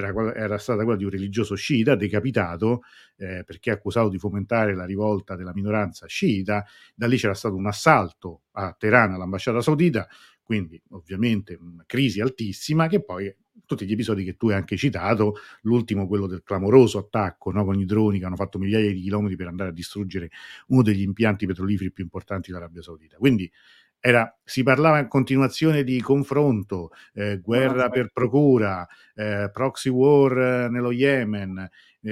S1: era stata quella di un religioso sciita decapitato perché accusato di fomentare la rivolta della minoranza sciita. Da lì c'era stato un assalto a Teheran all'ambasciata saudita, quindi ovviamente una crisi altissima, che poi tutti gli episodi che tu hai anche citato, l'ultimo quello del clamoroso attacco, no, con i droni che hanno fatto migliaia di chilometri per andare a distruggere uno degli impianti petroliferi più importanti dell'Arabia Saudita. Quindi si parlava in continuazione di confronto, guerra per procura, proxy war nello Yemen,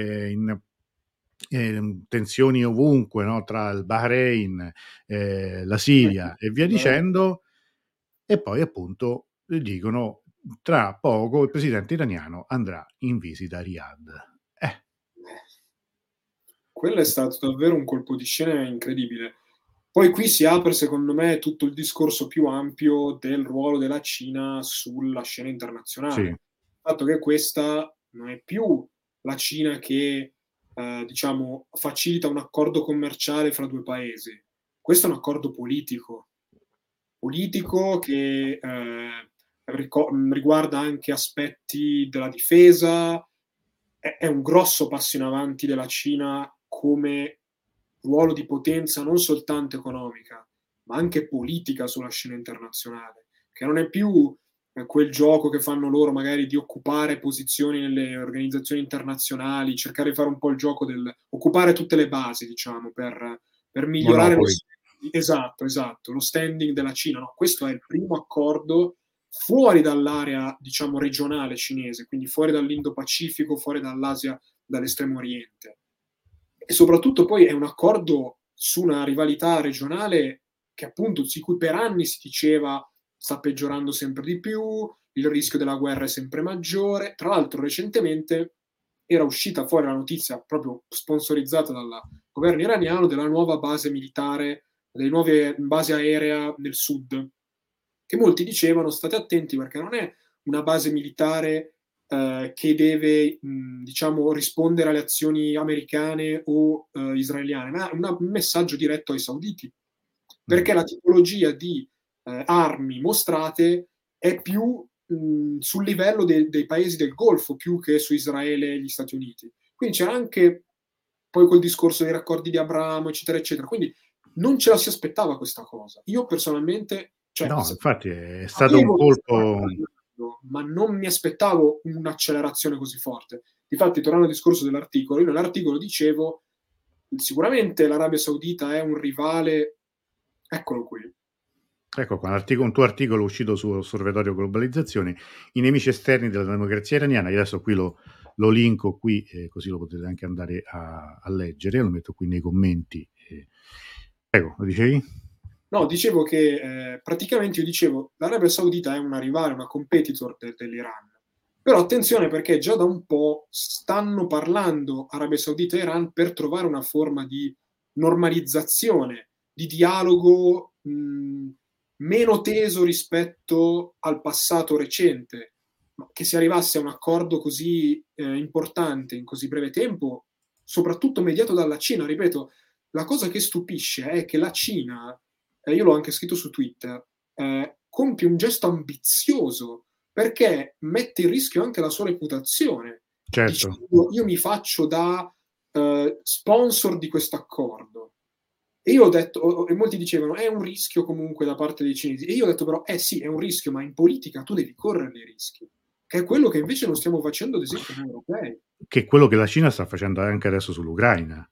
S1: tensioni ovunque, no, tra il Bahrain, la Siria e via dicendo, e poi appunto dicono tra poco il presidente iraniano andrà in visita a Riyadh.
S2: quello è stato davvero un colpo di scena incredibile. Poi qui si apre, secondo me, tutto il discorso più ampio del ruolo della Cina sulla scena internazionale.
S1: Sì,
S2: Il fatto che questa non è più la Cina che, diciamo, facilita un accordo commerciale fra due paesi. Questo è un accordo politico che riguarda anche aspetti della difesa, è un grosso passo in avanti della Cina come ruolo di potenza non soltanto economica, ma anche politica sulla scena internazionale, che non è più quel gioco che fanno loro magari di occupare posizioni nelle organizzazioni internazionali, cercare di fare un po' il gioco del occupare tutte le basi, diciamo, per migliorare
S1: Monopoli.
S2: esatto, lo standing della Cina. No? Questo è il primo accordo fuori dall'area, diciamo, regionale cinese, quindi fuori dall'Indo-Pacifico, fuori dall'Asia, dall'estremo oriente. e soprattutto poi è un accordo su una rivalità regionale che appunto, di cui per anni si diceva sta peggiorando sempre di più, il rischio della guerra è sempre maggiore. Tra l'altro recentemente era uscita fuori la notizia, proprio sponsorizzata dal governo iraniano, della nuova base militare, delle nuove basi aerea nel sud, che molti dicevano state attenti perché non è una base militare che deve diciamo rispondere alle azioni americane o israeliane, ma è un messaggio diretto ai sauditi, perché la tipologia di armi mostrate è più sul livello dei paesi del Golfo più che su Israele e gli Stati Uniti. Quindi c'era anche poi quel discorso dei raccordi di Abramo, eccetera, eccetera. Quindi non ce la si aspettava questa cosa. Io personalmente, cioè,
S1: No, infatti è stato un
S2: sapevo che stava
S1: colpo.
S2: arrivando, ma non mi aspettavo un'accelerazione così forte. Difatti, tornando al discorso dell'articolo, io nell'articolo dicevo sicuramente l'Arabia Saudita è un rivale, eccolo qui.
S1: Ecco qua, un tuo articolo uscito su Osservatorio Globalizzazione, i nemici esterni della democrazia iraniana. Io adesso qui lo linko qui, così lo potete anche andare a leggere, lo metto qui nei commenti. Prego, lo dicevi?
S2: No, dicevo che praticamente io dicevo l'Arabia Saudita è una rivale, una competitor dell'Iran. Però attenzione perché già da un po' stanno parlando Arabia Saudita e Iran per trovare una forma di normalizzazione, di dialogo meno teso rispetto al passato recente. Ma che si arrivasse a un accordo così importante in così breve tempo, soprattutto mediato dalla Cina, ripeto, la cosa che stupisce è che la Cina, io l'ho anche scritto su Twitter, compie un gesto ambizioso perché mette in rischio anche la sua reputazione,
S1: Certo.
S2: dicendo io mi faccio da sponsor di questo accordo. E io ho detto, e molti dicevano, è un rischio comunque da parte dei cinesi. E io ho detto però, sì, è un rischio, ma in politica tu devi correre i rischi, che è quello che invece non stiamo facendo, ad esempio, noi europei.
S1: Che è quello che la Cina sta facendo anche adesso sull'Ucraina.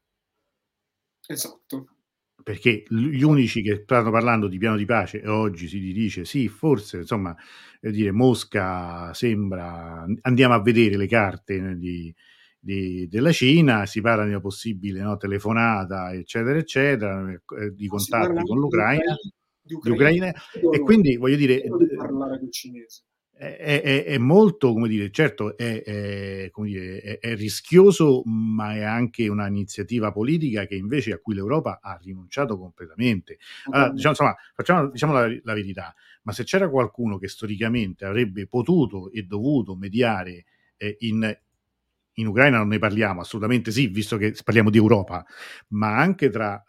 S2: Esatto.
S1: Perché gli unici che stanno parlando di piano di pace, e oggi si dice sì, forse, insomma, dire Mosca sembra, andiamo a vedere le carte della Cina, si parla di una possibile, no, telefonata, eccetera, eccetera, di
S2: No, si parla
S1: contatti con
S2: anche
S1: l'Ucraina,
S2: di
S1: di
S2: ucraini
S1: Ucraina, e quindi voglio dire,
S2: di parlare col cinese.
S1: è molto, come dire, certo come dire, è rischioso, ma è anche una iniziativa politica che invece a cui l'Europa ha rinunciato completamente. Allora, diciamo, insomma, diciamo la verità, ma se c'era qualcuno che storicamente avrebbe potuto e dovuto mediare in Ucraina, non ne parliamo, assolutamente sì, visto che parliamo di Europa, ma anche tra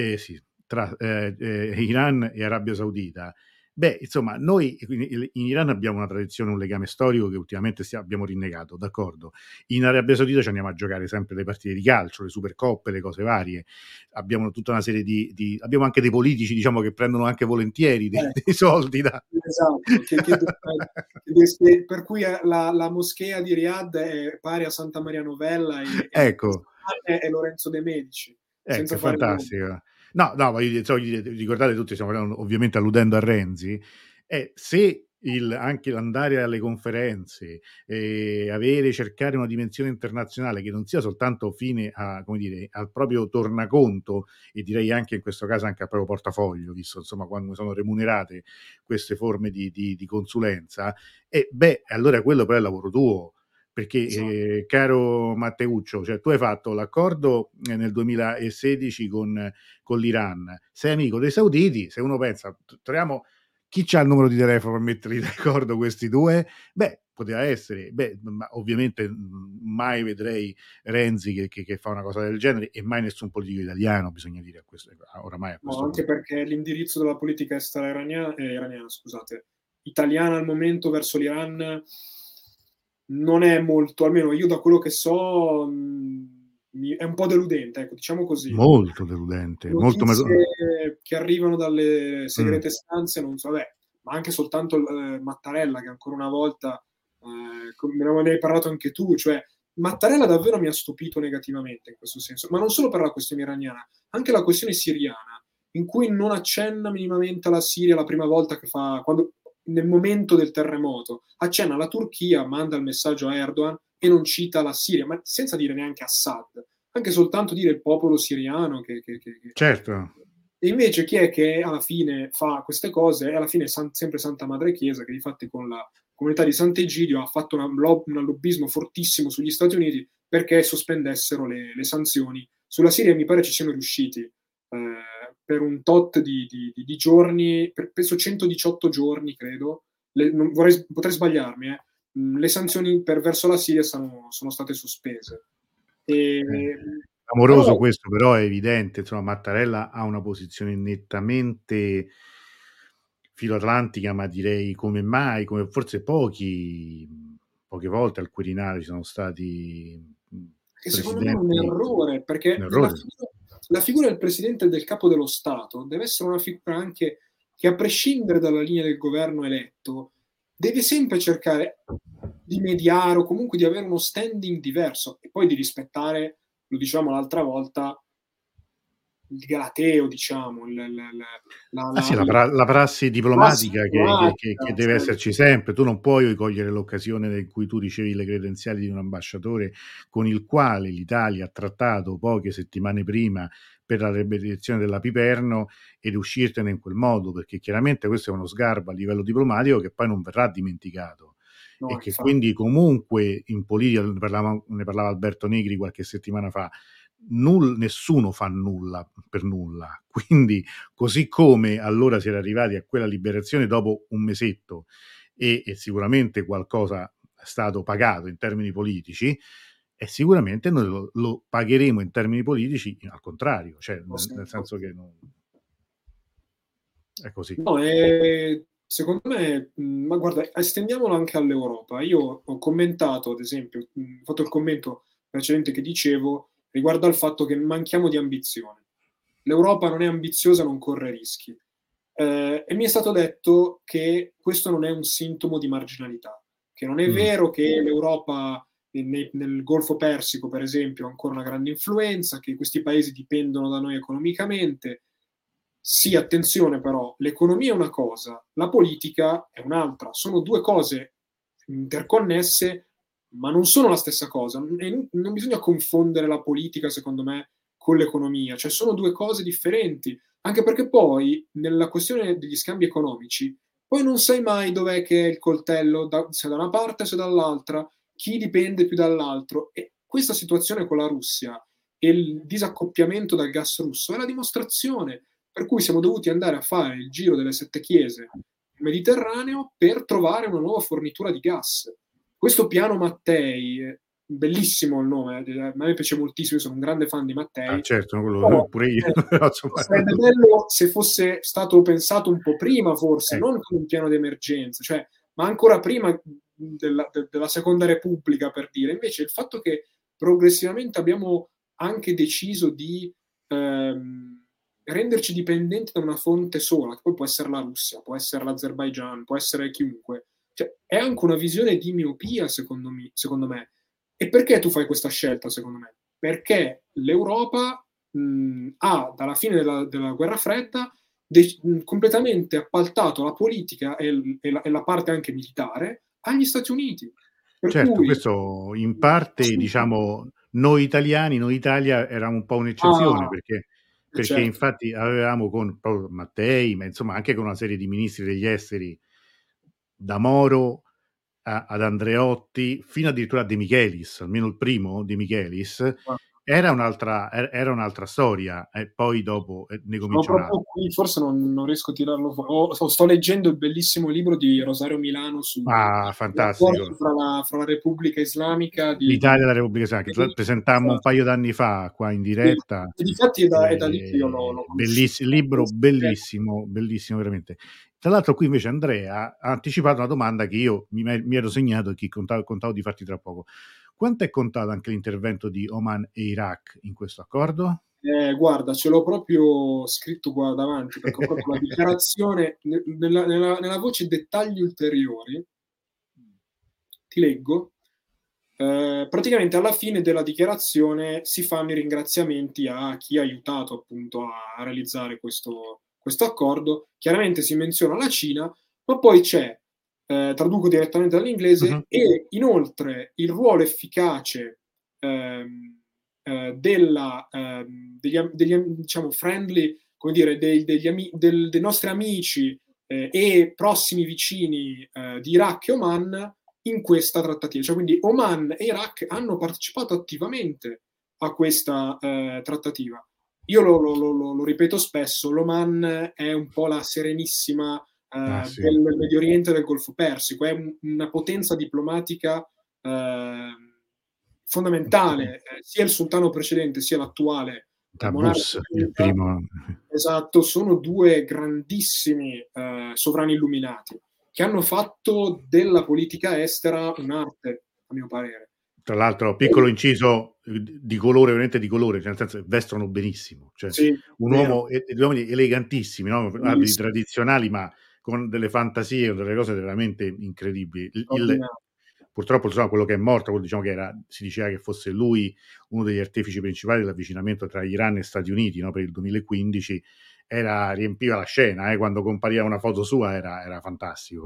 S1: Iran e Arabia Saudita. Beh, insomma, noi in Iran abbiamo una tradizione, un legame storico che ultimamente abbiamo rinnegato, d'accordo. In Arabia Saudita ci andiamo a giocare sempre le partite di calcio, le supercoppe, le cose varie. Abbiamo tutta una serie abbiamo anche dei politici, diciamo, che prendono anche volentieri dei soldi da.
S2: Esatto, per cui la moschea di Riyadh è pari a Santa Maria Novella
S1: Ecco.
S2: e Lorenzo De Medici, senza
S1: Ecco, è
S2: fare nomi.
S1: fantastico. No, voglio dire, ricordate tutti, stiamo parlando, ovviamente alludendo a Renzi, se anche l'andare alle conferenze, cercare una dimensione internazionale che non sia soltanto fine a, come dire, al proprio tornaconto, e direi anche in questo caso anche al proprio portafoglio, visto insomma quando sono remunerate queste forme di consulenza, allora quello poi è il lavoro tuo. Perché,
S2: Esatto.
S1: caro Matteuccio, cioè tu hai fatto l'accordo nel 2016 con l'Iran, sei amico dei sauditi, se uno pensa, troviamo chi c'ha il numero di telefono per metterli d'accordo questi due? Poteva essere, ma ovviamente mai vedrei Renzi che fa una cosa del genere, e mai nessun politico italiano, bisogna dire, oramai a
S2: No,
S1: questo
S2: anche
S1: punto.
S2: perché l'indirizzo della politica estera iraniana, scusate, italiana al momento verso l'Iran non è molto, almeno io da quello che so, è un po' deludente, ecco, diciamo così.
S1: Molto deludente, molto.
S2: Notizie che arrivano dalle segrete stanze, non so, ma anche soltanto Mattarella, che ancora una volta, me ne hai parlato anche tu, cioè Mattarella davvero mi ha stupito negativamente in questo senso, ma non solo per la questione iraniana, anche la questione siriana, in cui non accenna minimamente alla Siria la prima volta che fa, quando, nel momento del terremoto, accenna alla Turchia, manda il messaggio a Erdogan e non cita la Siria, ma senza dire neanche Assad. anche soltanto dire il popolo siriano
S1: Certo.
S2: e invece chi è che alla fine fa queste cose? È alla fine sempre Santa Madre Chiesa, che difatti con la comunità di Sant'Egidio ha fatto un lobbismo fortissimo sugli Stati Uniti perché sospendessero le sanzioni. Sulla Siria mi pare ci siano riusciti per un tot di giorni, penso 118 giorni, credo. Potrei sbagliarmi, le sanzioni verso la Siria sono state sospese.
S1: Amoroso
S2: Però,
S1: questo, però è evidente, insomma, Mattarella ha una posizione nettamente filoatlantica, ma direi come mai, come forse poche volte al Quirinale ci sono stati
S2: che secondo me è un
S1: presidenti.
S2: errore,
S1: Un
S2: perché
S1: errore.
S2: la figura del presidente e del capo dello Stato deve essere una figura anche che, a prescindere dalla linea del governo eletto, deve sempre cercare di mediare o comunque di avere uno standing diverso e poi di rispettare, lo diciamo l'altra volta, il galateo, diciamo,
S1: Ah sì, la prassi
S2: prassi
S1: diplomatica che
S2: diplomatica,
S1: deve
S2: cioè,
S1: esserci sempre. Tu non puoi cogliere l'occasione in cui tu ricevi le credenziali di un ambasciatore con il quale l'Italia ha trattato poche settimane prima per la riabilitazione della Piperno ed uscirtene in quel modo, perché chiaramente questo è uno sgarbo a livello diplomatico che poi non verrà dimenticato
S2: no,
S1: e che
S2: infatti.
S1: quindi comunque in politica, ne parlava Alberto Negri qualche settimana fa, nessuno fa nulla per nulla, quindi così come allora si era arrivati a quella liberazione dopo un mesetto e sicuramente qualcosa è stato pagato in termini politici, e sicuramente noi lo pagheremo in termini politici al contrario, cioè nel senso che è così.
S2: No, secondo me, ma guarda, estendiamolo anche all'Europa. Io ho commentato, ad esempio, ho fatto il commento precedente che dicevo riguardo al fatto che manchiamo di ambizione. L'Europa non è ambiziosa, non corre rischi. E mi è stato detto che questo non è un sintomo di marginalità, che non è
S1: Mm.
S2: vero che l'Europa nel Golfo Persico, per esempio, ha ancora una grande influenza, che questi paesi dipendono da noi economicamente. Sì, attenzione però, l'economia è una cosa, la politica è un'altra, sono due cose interconnesse, ma non sono la stessa cosa. E non bisogna confondere la politica, secondo me, con l'economia, cioè sono due cose differenti, anche perché poi nella questione degli scambi economici, poi non sai mai dov'è che è il coltello, se da una parte o dall'altra, chi dipende più dall'altro. E questa situazione con la Russia e il disaccoppiamento dal gas russo è la dimostrazione per cui siamo dovuti andare a fare il giro delle 7 chiese nel Mediterraneo per trovare una nuova fornitura di gas. Questo piano Mattei, bellissimo il nome, a me piace moltissimo, io sono un grande fan di
S1: Ah,
S2: Mattei,
S1: certo, quello
S2: però,
S1: pure io, però, insomma,
S2: sarebbe bello se fosse stato pensato un po' prima, forse,
S1: ecco.
S2: non come un piano di emergenza, cioè, ma ancora prima della Seconda Repubblica, per dire. Invece il fatto che progressivamente abbiamo anche deciso di renderci dipendenti da una fonte sola, che poi può essere la Russia, può essere l'Azerbaigian, può essere chiunque. Cioè, è anche una visione di miopia, secondo me. E perché tu fai questa scelta, secondo me? Perché l'Europa ha, dalla fine della guerra fredda, completamente appaltato la politica e la parte anche militare agli Stati Uniti. Per
S1: Certo,
S2: cui...
S1: questo in parte, diciamo, noi italiani, noi Italia eravamo un po' un'eccezione
S2: Ah,
S1: perché
S2: certo.
S1: infatti avevamo con proprio Mattei, ma insomma anche con una serie di ministri degli esteri, da Moro ad Andreotti, fino addirittura a De Michelis, almeno il primo De Michelis, era un'altra storia, e poi dopo ne
S2: Sono
S1: comincia un'altra.
S2: proprio qui, forse non riesco a tirarlo fuori. Sto leggendo il bellissimo libro di Rosario Milano sui
S1: Ah,
S2: rapporti
S1: fantastico.
S2: fra la Repubblica Islamica
S1: L'Italia e la Repubblica Islamica, che presentammo un
S2: esatto.
S1: paio d'anni fa qua in
S2: Sì,
S1: diretta.
S2: e difatti è da lì che io l'ho conosciuto.
S1: Libro bellissimo, bellissimo veramente. Tra l'altro qui invece Andrea ha anticipato una domanda che io mi ero segnato e che contavo di farti tra poco. Quanto è contato anche l'intervento di Oman e Iraq in questo accordo?
S2: Guarda, ce l'ho proprio scritto qua davanti, perché ho proprio la dichiarazione nella voce dettagli ulteriori. Ti leggo. Praticamente alla fine della dichiarazione si fanno i ringraziamenti a chi ha aiutato appunto a realizzare questo accordo. Chiaramente si menziona la Cina, ma poi c'è, traduco direttamente
S1: Mhm.
S2: dall'inglese, e inoltre il ruolo efficace ehm, diciamo friendly, come dire, dei nostri amici e prossimi vicini di Iraq e Oman in questa trattativa. Cioè, quindi Oman e Iraq hanno partecipato attivamente a questa trattativa. Io lo ripeto spesso, l'Oman è un po' la Serenissima
S1: Sì.
S2: del Medio Oriente e del Golfo Persico, è una potenza diplomatica fondamentale, sia il sultano precedente sia l'attuale monarca
S1: Tabbus, il
S2: saudita.
S1: primo.
S2: Esatto, sono due grandissimi sovrani illuminati che hanno fatto della politica estera un'arte, a mio parere.
S1: Tra l'altro, piccolo inciso di colore, veramente di colore, cioè nel senso vestono benissimo, cioè
S2: Sì,
S1: un
S2: vero.
S1: uomo degli uomini elegantissimi, no, abiti
S2: Bellissimo,
S1: tradizionali, ma con delle fantasie, delle cose veramente incredibili.
S2: straordinario.
S1: Purtroppo, insomma, quello che è morto, diciamo che si diceva che fosse lui uno degli artefici principali dell'avvicinamento tra Iran e Stati Uniti, no, per il 2015, riempiva la scena, quando compariva una foto sua era fantastico.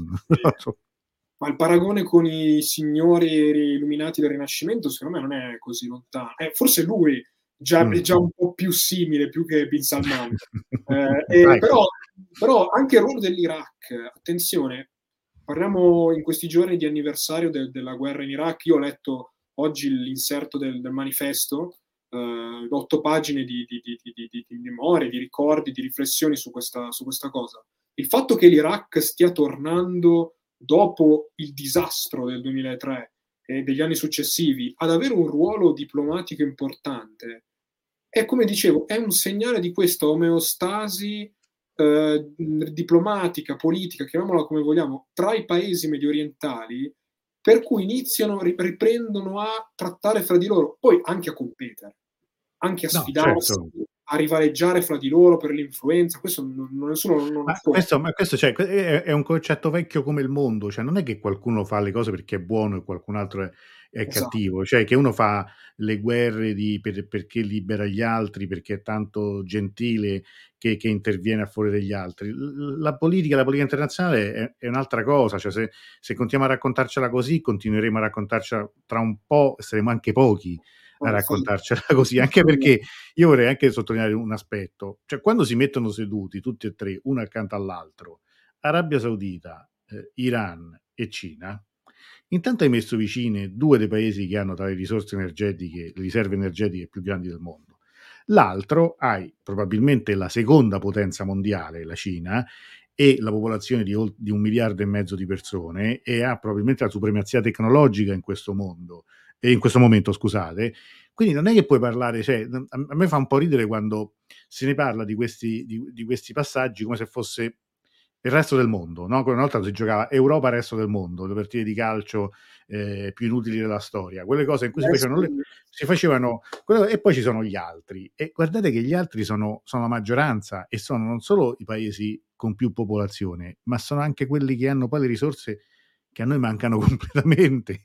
S2: Ma il paragone con i signori illuminati del Rinascimento secondo me non è così lontano. Forse lui è già un po' più simile, più che Bin Salman.
S1: Ecco.
S2: Però anche il ruolo dell'Iraq, attenzione, parliamo in questi giorni di anniversario della guerra in Iraq. Io ho letto oggi l'inserto del manifesto, 8 pagine di memorie, di ricordi, di riflessioni su questa cosa. Il fatto che l'Iraq stia tornando dopo il disastro del 2003 e degli anni successivi ad avere un ruolo diplomatico importante è, come dicevo, è un segnale di questa omeostasi diplomatica, politica, chiamiamola come vogliamo, tra i paesi mediorientali, per cui riprendono a trattare fra di loro, poi anche a competere, anche a
S1: No,
S2: sfidarsi,
S1: certo.
S2: a rivaleggiare fra di loro per l'influenza. Questo nessuno non
S1: Ma
S2: può.
S1: questo cioè, è un concetto vecchio come il mondo, cioè non è che qualcuno fa le cose perché è buono e qualcun altro è
S2: Esatto.
S1: cattivo, cioè che uno fa le guerre perché libera gli altri, perché è tanto gentile che interviene a favore degli altri. La politica internazionale è un'altra cosa, cioè se continuiamo a raccontarcela così, continueremo a raccontarcela tra un po', saremo anche pochi a raccontarcela così, anche perché io vorrei anche sottolineare un aspetto, cioè quando si mettono seduti tutti e tre, uno accanto all'altro, Arabia Saudita, Iran e Cina, intanto hai messo vicine due dei paesi che hanno tra le risorse energetiche, le riserve energetiche più grandi del mondo. L'altro hai probabilmente la seconda potenza mondiale, la Cina, e la popolazione di 1,5 miliardi di persone, e ha probabilmente la supremazia tecnologica in questo mondo, in questo momento, scusate. Quindi non è che puoi parlare, cioè, a me fa un po' ridere quando se ne parla di questi passaggi come se fosse il resto del mondo, no? Una volta si giocava Europa resto del mondo, le partite di calcio più inutili della storia, quelle cose in cui si facevano e poi ci sono gli altri, e guardate che gli altri sono la maggioranza, e sono non solo i paesi con più popolazione, ma sono anche quelli che hanno poi le risorse che a noi mancano completamente.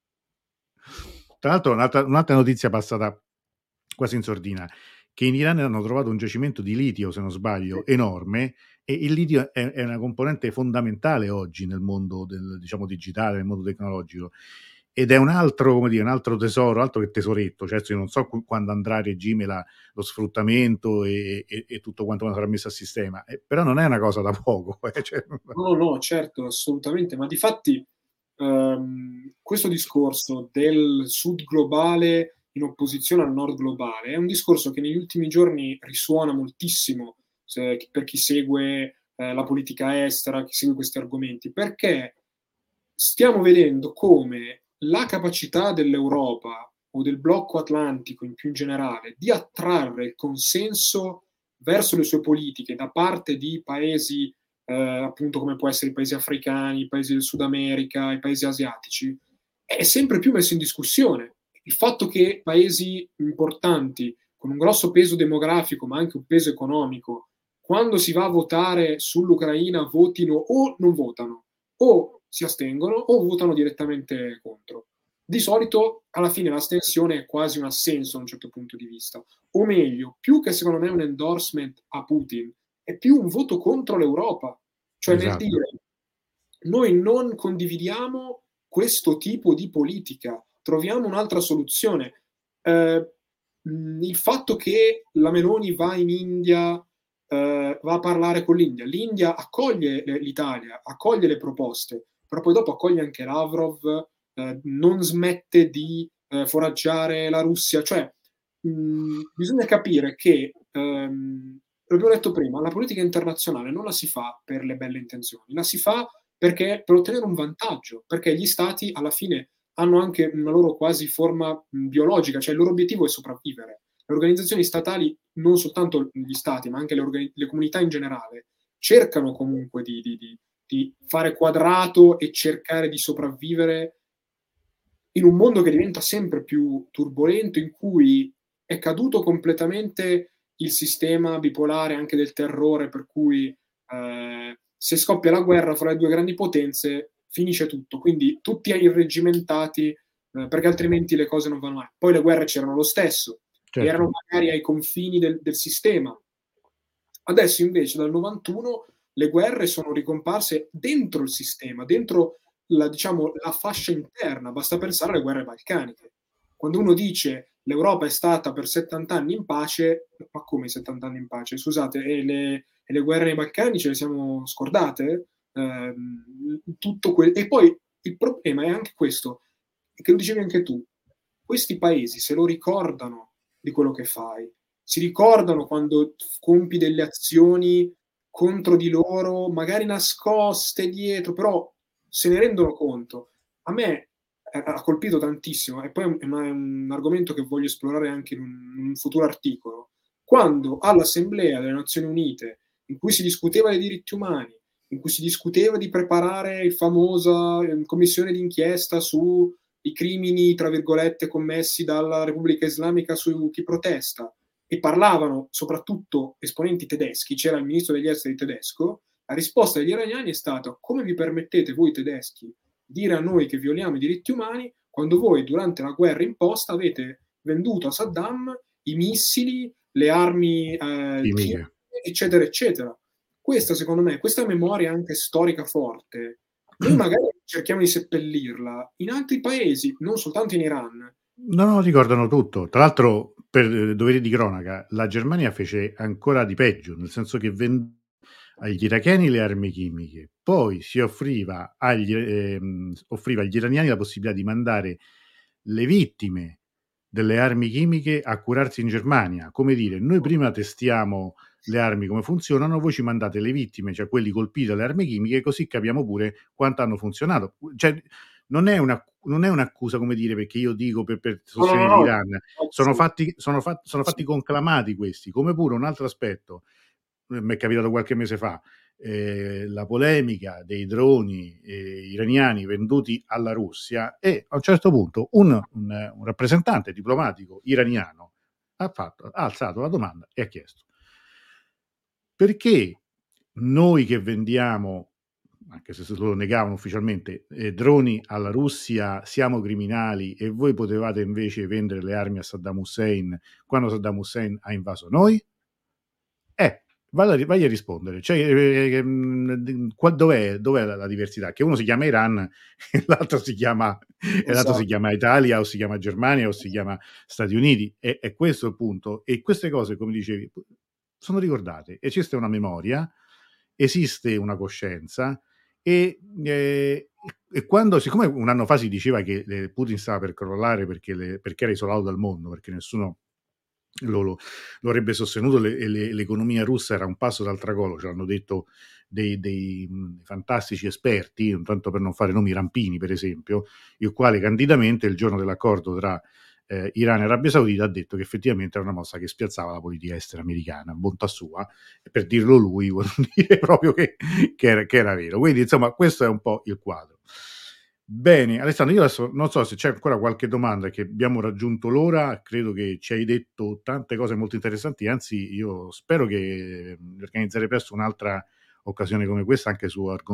S1: Tra l'altro un'altra notizia passata quasi in sordina, che in Iran hanno trovato un giacimento di litio, se non sbaglio, enorme, e il litio è una componente fondamentale oggi nel mondo diciamo digitale, nel mondo tecnologico, ed è un altro tesoro, altro che tesoretto, cioè io non so quando andrà a regime lo sfruttamento e tutto quanto sarà messo a sistema, però non è una cosa da poco. Cioè.
S2: No, certo, assolutamente, ma difatti questo discorso del sud globale in opposizione al nord globale è un discorso che negli ultimi giorni risuona moltissimo per chi segue la politica estera, chi segue questi argomenti, perché stiamo vedendo come la capacità dell'Europa o del blocco atlantico in più in generale di attrarre il consenso verso le sue politiche da parte di paesi appunto come può essere i paesi africani, i paesi del Sud America, i paesi asiatici, è sempre più messo in discussione. Il fatto che paesi importanti, con un grosso peso demografico, ma anche un peso economico, quando si va a votare sull'Ucraina votino o non votano, o si astengono o votano direttamente contro. Di solito, alla fine, l'astensione è quasi un assenso da un certo punto di vista. O meglio, più che secondo me un endorsement a Putin, è più un voto contro l'Europa. Cioè nel
S1: Esatto.
S2: dire, noi non condividiamo questo tipo di politica, troviamo un'altra soluzione. il fatto che la Meloni va in India, va a parlare con l'India, l'India accoglie l'Italia, accoglie le proposte, però poi dopo accoglie anche Lavrov, non smette di foraggiare la Russia, cioè bisogna capire che, l'abbiamo detto prima, la politica internazionale non la si fa per le belle intenzioni, la si fa perché per ottenere un vantaggio, perché gli stati alla fine hanno anche una loro quasi forma biologica, cioè il loro obiettivo è sopravvivere. Le organizzazioni statali, non soltanto gli stati, ma anche le comunità in generale, cercano comunque di fare quadrato e cercare di sopravvivere in un mondo che diventa sempre più turbolento, in cui è caduto completamente il sistema bipolare anche del terrore, per cui se scoppia la guerra fra le due grandi potenze finisce tutto, quindi tutti irreggimentati, perché altrimenti le cose non vanno avanti. Poi le guerre c'erano lo stesso, erano
S1: Certo.
S2: magari ai confini del sistema. Adesso invece dal 91 le guerre sono ricomparse dentro il sistema, dentro diciamo, la fascia interna, basta pensare alle guerre balcaniche. Quando uno dice l'Europa è stata per 70 anni in pace, ma come 70 anni in pace? Scusate, e le guerre nei Balcani ce le siamo scordate? E poi il problema è anche questo, che lo dicevi anche tu, questi paesi se lo ricordano di quello che fai, si ricordano quando compi delle azioni contro di loro, magari nascoste dietro, però se ne rendono conto. A me ha colpito tantissimo, e poi è un argomento che voglio esplorare anche in un futuro articolo. Quando all'Assemblea delle Nazioni Unite, in cui si discuteva dei diritti umani, in cui si discuteva di preparare il famosa commissione d'inchiesta sui crimini, tra virgolette, commessi dalla Repubblica Islamica su chi protesta, e parlavano soprattutto esponenti tedeschi, c'era il ministro degli esteri tedesco, la risposta degli iraniani è stata: come vi permettete voi tedeschi dire a noi che violiamo i diritti umani quando voi durante la guerra imposta avete venduto a Saddam i missili, le armi chimiche, eccetera, eccetera. Questa, secondo me, questa memoria anche storica forte, noi magari cerchiamo di seppellirla in altri paesi, non soltanto in Iran.
S1: No, ricordano tutto. Tra l'altro, per dovere di cronaca, la Germania fece ancora di peggio, nel senso che agli iracheni le armi chimiche, poi si offriva agli iraniani la possibilità di mandare le vittime delle armi chimiche a curarsi in Germania. Come dire, noi prima testiamo le armi come funzionano, voi ci mandate le vittime, cioè quelli colpiti dalle armi chimiche, così capiamo pure quanto hanno funzionato. Cioè, non è un'accusa, come dire, perché io dico per
S2: No, no, no,
S1: sostenere
S2: no,
S1: l'Iran, sono fatti conclamati questi, come pure un altro aspetto, m'è capitato qualche mese fa, la polemica dei droni iraniani venduti alla Russia, e a un certo punto un rappresentante diplomatico iraniano ha alzato la domanda e ha chiesto: perché noi che vendiamo, anche se lo negavano ufficialmente, droni alla Russia siamo criminali e voi potevate invece vendere le armi a Saddam Hussein quando Saddam Hussein ha invaso noi? Vai a rispondere. Cioè, dov'è la diversità? Che uno si chiama Iran e l'altro si
S2: esatto.
S1: chiama Italia, o si chiama Germania, o si chiama Stati Uniti. È questo il punto. E queste cose, come dicevi, sono ricordate. Esiste una memoria, esiste una coscienza, e quando, siccome un anno fa si diceva che Putin stava per crollare perché era isolato dal mondo, perché nessuno lo avrebbe sostenuto, l'economia russa era un passo dal tracollo, ce l'hanno detto dei fantastici esperti, tanto per non fare nomi, Rampini per esempio, il quale candidamente il giorno dell'accordo tra Iran e Arabia Saudita ha detto che effettivamente era una mossa che spiazzava la politica estera americana, bontà sua, e per dirlo lui vuol dire proprio che era vero. Quindi insomma questo è un po' il quadro. Bene, Alessandro, io adesso non so se c'è ancora qualche domanda, che abbiamo raggiunto l'ora, credo che ci hai detto tante cose molto interessanti, anzi io spero che organizzare presto un'altra occasione come questa anche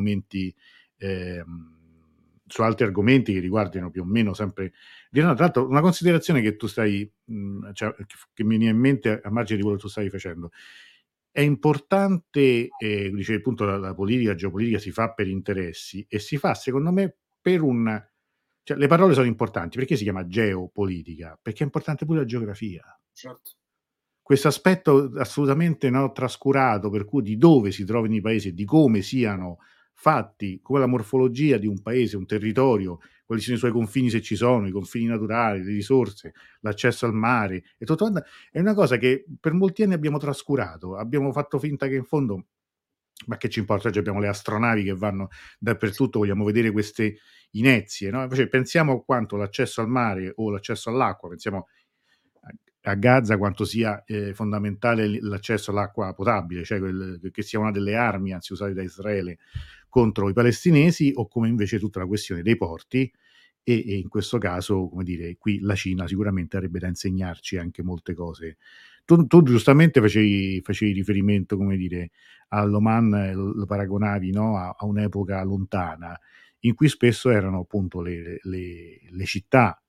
S1: su altri argomenti che riguardino più o meno sempre l'Iran. Tra l'altro, una considerazione che tu cioè, che mi viene in mente a margine di quello che tu stavi facendo. È importante, dicevi appunto, la politica, la geopolitica si fa per interessi, e si fa secondo me cioè le parole sono importanti. Perché si chiama geopolitica? Perché è importante pure la geografia.
S2: certo.
S1: Questo aspetto assolutamente trascurato, per cui di dove si trovino i paesi e di come siano fatti, come la morfologia di un paese, un territorio, quali sono i suoi confini, se ci sono, i confini naturali, le risorse, l'accesso al mare, e tutto quanto, è una cosa che per molti anni abbiamo trascurato, abbiamo fatto finta che in fondo, ma che ci importa, oggi abbiamo le astronavi che vanno dappertutto, vogliamo vedere queste inezie, no? Invece pensiamo a quanto l'accesso al mare o l'accesso all'acqua, pensiamo a Gaza, quanto sia fondamentale l'accesso all'acqua potabile, cioè che sia una delle armi anzi usate da Israele contro i palestinesi, o come invece tutta la questione dei porti, e in questo caso, come dire, qui la Cina sicuramente avrebbe da insegnarci anche molte cose. Tu giustamente facevi riferimento, come dire, all'Oman, lo paragonavi, no, a un'epoca lontana, in cui spesso erano appunto le città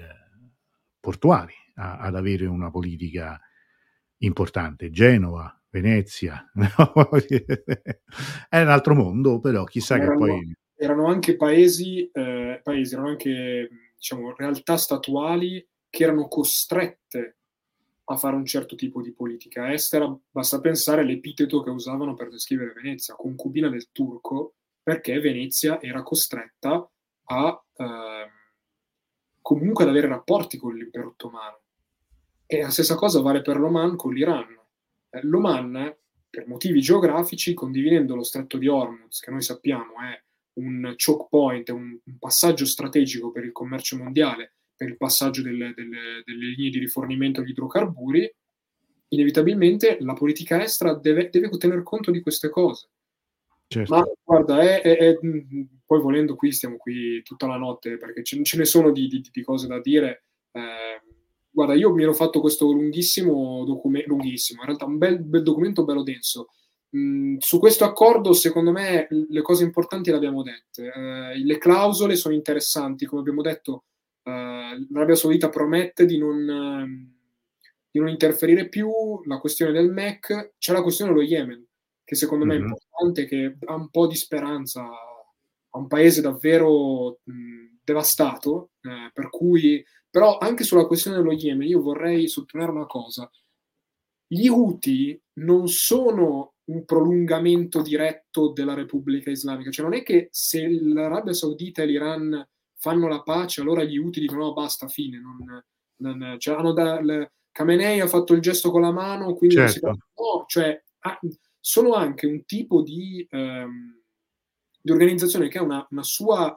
S1: portuali ad avere una politica importante. Genova, Venezia, no? È un altro mondo, però chissà che
S2: Erano,
S1: poi...
S2: erano anche paesi, erano anche diciamo, realtà statuali che erano costrette a fare un certo tipo di politica estera. Basta pensare all'epiteto che usavano per descrivere Venezia, concubina del turco, perché Venezia era costretta a comunque ad avere rapporti con l'impero ottomano. E la stessa cosa vale per l'Oman con l'Iran. L'Oman, per motivi geografici, condividendo lo stretto di Hormuz, che noi sappiamo è un choke point, un passaggio strategico per il commercio mondiale, per il passaggio delle linee di rifornimento di idrocarburi, inevitabilmente la politica estera deve tener conto di queste cose.
S1: Certo.
S2: Ma guarda, poi volendo qui stiamo qui tutta la notte perché ce ne sono di cose da dire. Guarda, io mi ero fatto questo lunghissimo documento, lunghissimo, in realtà un bel documento bello denso. Su questo accordo, secondo me, le cose importanti le abbiamo dette. Le clausole sono interessanti, come abbiamo detto, l'Arabia Saudita promette di non interferire più, la questione del MEC, c'è la questione dello Yemen, che secondo me è importante, che dà un po' di speranza a un paese davvero devastato, per cui, però anche sulla questione dello Yemen io vorrei sottolineare una cosa. Gli Houthi non sono un prolungamento diretto della Repubblica Islamica, cioè non è che se l'Arabia Saudita e l'Iran fanno la pace, allora gli Houthi dicono no, basta, fine, cioè, Khamenei ha fatto il gesto con la mano, quindi non si può...
S1: Certo.
S2: No, cioè sono anche un tipo di organizzazione che ha una sua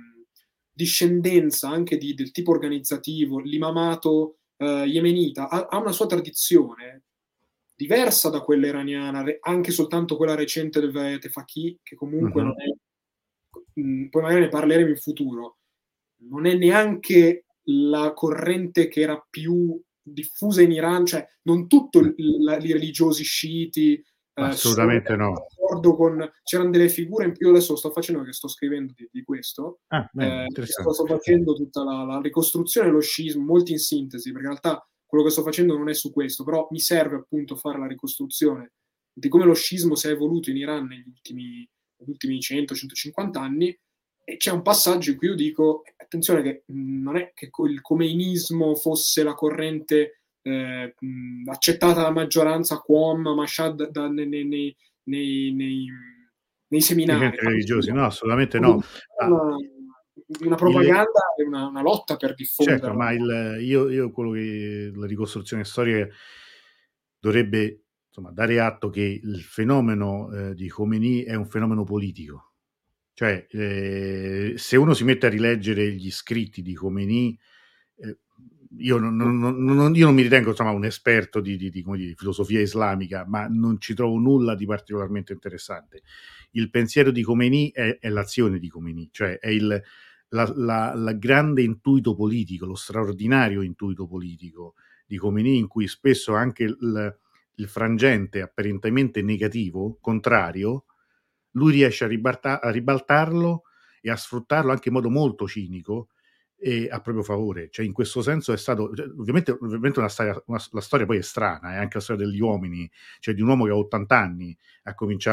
S2: discendenza anche del tipo organizzativo, l'imamato yemenita, ha una sua tradizione diversa da quella iraniana, anche soltanto quella recente del Velayat Faqih, che comunque non è, poi magari ne parleremo in futuro, non è neanche la corrente che era più diffusa in Iran, cioè non tutti i religiosi sciiti sono
S1: Assolutamente no.
S2: d'accordo con... C'erano delle figure, io adesso lo sto facendo perché sto scrivendo di questo, sto facendo tutta la ricostruzione dello sciismo, molto in sintesi, perché in realtà quello che sto facendo non è su questo, però mi serve appunto fare la ricostruzione di come lo sciismo si è evoluto in Iran negli ultimi 100-150 anni, e c'è un passaggio in cui io dico, attenzione che non è che il comeinismo fosse la corrente accettata dalla maggioranza Qom, Mashhad nei seminari.
S1: I centri religiosi, no, assolutamente no.
S2: Una propaganda e una lotta per diffondere.
S1: Certo, ma io quello che la ricostruzione storica dovrebbe, insomma, dare atto che il fenomeno di Khomeini è un fenomeno politico. Cioè, se uno si mette a rileggere gli scritti di Khomeini, io non mi ritengo, insomma, un esperto come dire, di filosofia islamica, ma non ci trovo nulla di particolarmente interessante. Il pensiero di Khomeini è l'azione di Khomeini, cioè è la grande intuito politico, lo straordinario intuito politico di Khomeini, in cui spesso anche il frangente apparentemente negativo, contrario, lui riesce a ribaltarlo e a sfruttarlo anche in modo molto cinico e a proprio favore. Cioè, in questo senso è stato, ovviamente la storia poi è strana, è anche la storia degli uomini, cioè di un uomo che a 80 anni ha cominciato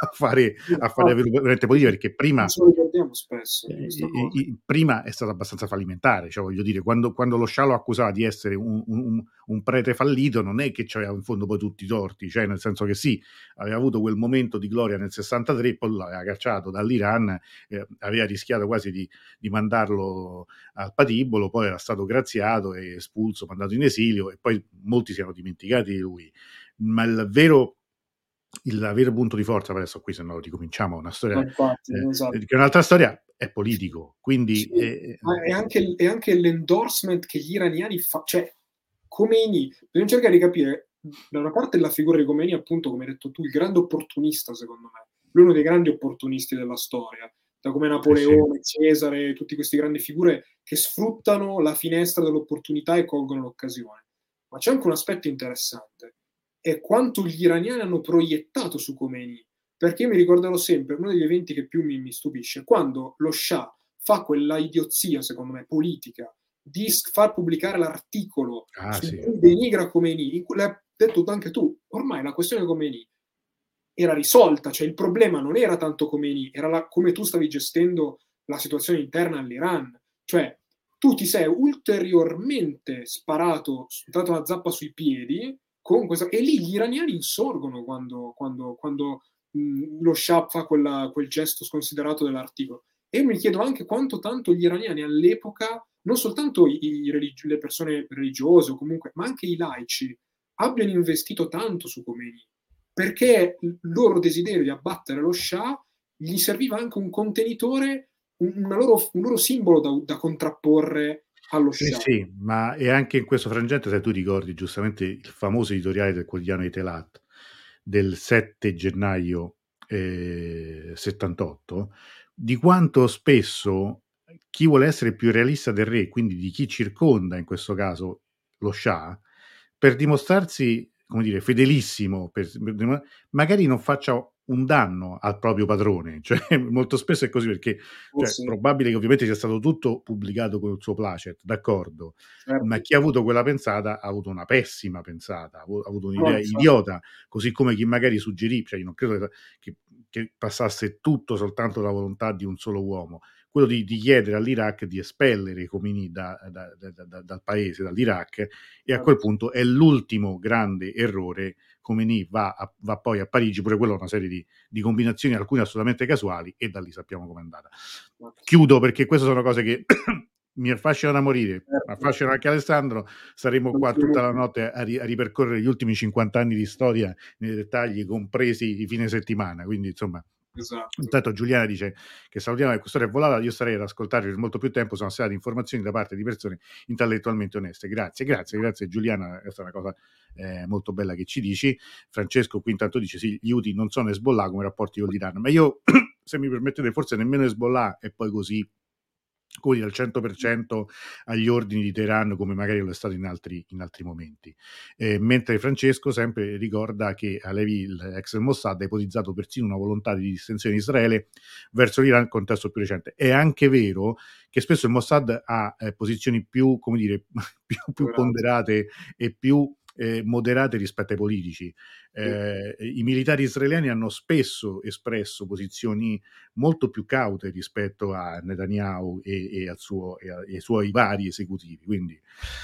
S1: fare veramente politica, perché prima
S2: spesso
S1: prima è stato abbastanza fallimentare, cioè voglio dire, quando lo Scià lo accusava di essere un prete fallito, non è che c'aveva in fondo poi tutti i torti, cioè nel senso che sì, aveva avuto quel momento di gloria nel 63, poi l'aveva cacciato dall'Iran, aveva rischiato quasi di mandarlo al patibolo, poi era stato graziato e espulso, mandato in esilio, e poi molti si erano dimenticati di lui. Ma il vero punto di forza, adesso qui se no ricominciamo una storia,
S2: esatto.
S1: che è un'altra storia, è politico, quindi
S2: sì, è anche l'endorsement che gli iraniani cioè Khomeini, bisogna cercare di capire da una parte la figura di Khomeini, appunto, come hai detto tu, il grande opportunista, secondo me, lui è uno dei grandi opportunisti della storia, da come Napoleone, Cesare, tutte queste grandi figure che sfruttano la finestra dell'opportunità e colgono l'occasione. Ma c'è anche un aspetto interessante, è quanto gli iraniani hanno proiettato su Khomeini, perché io mi ricorderò sempre, uno degli eventi che più mi stupisce, quando lo Shah fa quella idiozia, secondo me, politica, di far pubblicare l'articolo su cui denigra Khomeini, l'hai detto anche tu, ormai la questione Khomeini era risolta, cioè il problema non era tanto Khomeini, era come tu stavi gestendo la situazione interna all'Iran, cioè tu ti sei ulteriormente dato una zappa sui piedi con questa, e lì gli iraniani insorgono quando lo Shah fa quel gesto sconsiderato dell'articolo. E io mi chiedo anche quanto tanto gli iraniani all'epoca, non soltanto le persone religiose o comunque, ma anche i laici, abbiano investito tanto su Khomeini, perché il loro desiderio di abbattere lo Shah gli serviva anche un contenitore, un loro simbolo da contrapporre allo Shah.
S1: Sì, ma e anche in questo frangente, se tu ricordi giustamente il famoso editoriale del quotidiano di Telat del 7 gennaio 78, di quanto spesso chi vuole essere più realista del re, quindi di chi circonda in questo caso lo Shah, per dimostrarsi, come dire, fedelissimo, magari non faccia un danno al proprio padrone, cioè molto spesso è così, perché probabile che ovviamente sia stato tutto pubblicato con il suo placet, d'accordo, ma chi ha avuto quella pensata ha avuto una pessima pensata, ha avuto un'idea idiota, così come chi magari suggerì, cioè io non credo che passasse tutto soltanto la volontà di un solo uomo, quello di chiedere all'Iraq di espellere i Khomeini dal paese, dall'Iraq, e a quel punto è l'ultimo grande errore. Khomeini va poi a Parigi, pure quello è una serie di combinazioni, alcune assolutamente casuali, e da lì sappiamo com'è andata. Chiudo, perché queste sono cose che mi affascinano da morire, affascinano anche Alessandro, saremo qua tutta la notte a ripercorrere gli ultimi 50 anni di storia nei dettagli, compresi i fine settimana, quindi insomma.
S2: Esatto.
S1: Intanto Giuliana dice che salutiamo, che questa storia è volata, io starei ad ascoltare per molto più tempo, sono state informazioni da parte di persone intellettualmente oneste. Grazie Giuliana, questa è una cosa molto bella che ci dici. Francesco qui intanto dice sì, gli Houthi non sono Hezbollah come rapporti con l'Iran, ma io se mi permettete forse nemmeno Hezbollah è poi così, come dire, al 100% agli ordini di Teheran, come magari lo è stato in altri momenti. Mentre Francesco sempre ricorda che Halevi, l'ex del Mossad, ha ipotizzato persino una volontà di distensione di Israele verso l'Iran in contesto più recente. È anche vero che spesso il Mossad ha posizioni più, come dire, più ponderate e più moderate rispetto ai politici. I militari israeliani hanno spesso espresso posizioni molto più caute rispetto a Netanyahu e ai suoi vari esecutivi. Quindi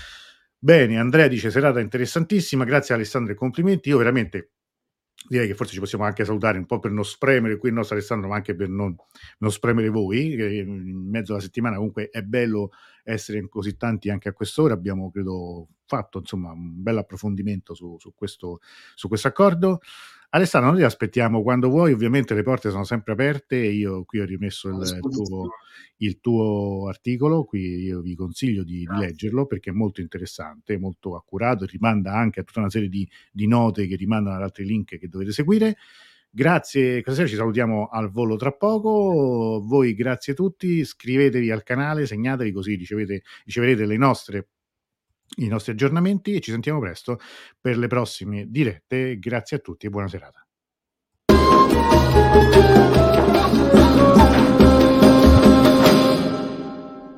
S1: bene, Andrea dice serata interessantissima, grazie Alessandro e complimenti. Io veramente direi che forse ci possiamo anche salutare, un po' per non spremere qui il nostro Alessandro, ma anche per non spremere voi, che in mezzo alla settimana comunque è bello essere in così tanti anche a quest'ora. Abbiamo, credo, fatto insomma un bel approfondimento su questo accordo. Alessandro, noi ti aspettiamo quando vuoi, ovviamente le porte sono sempre aperte, io qui ho rimesso il tuo articolo, qui io vi consiglio di leggerlo perché è molto interessante, molto accurato, rimanda anche a tutta una serie di note che rimandano ad altri link che dovete seguire. Grazie, questa sera ci salutiamo al volo tra poco, voi grazie a tutti, iscrivetevi al canale, segnatevi così riceverete i nostri aggiornamenti, e ci sentiamo presto per le prossime dirette. Grazie a tutti e buona serata.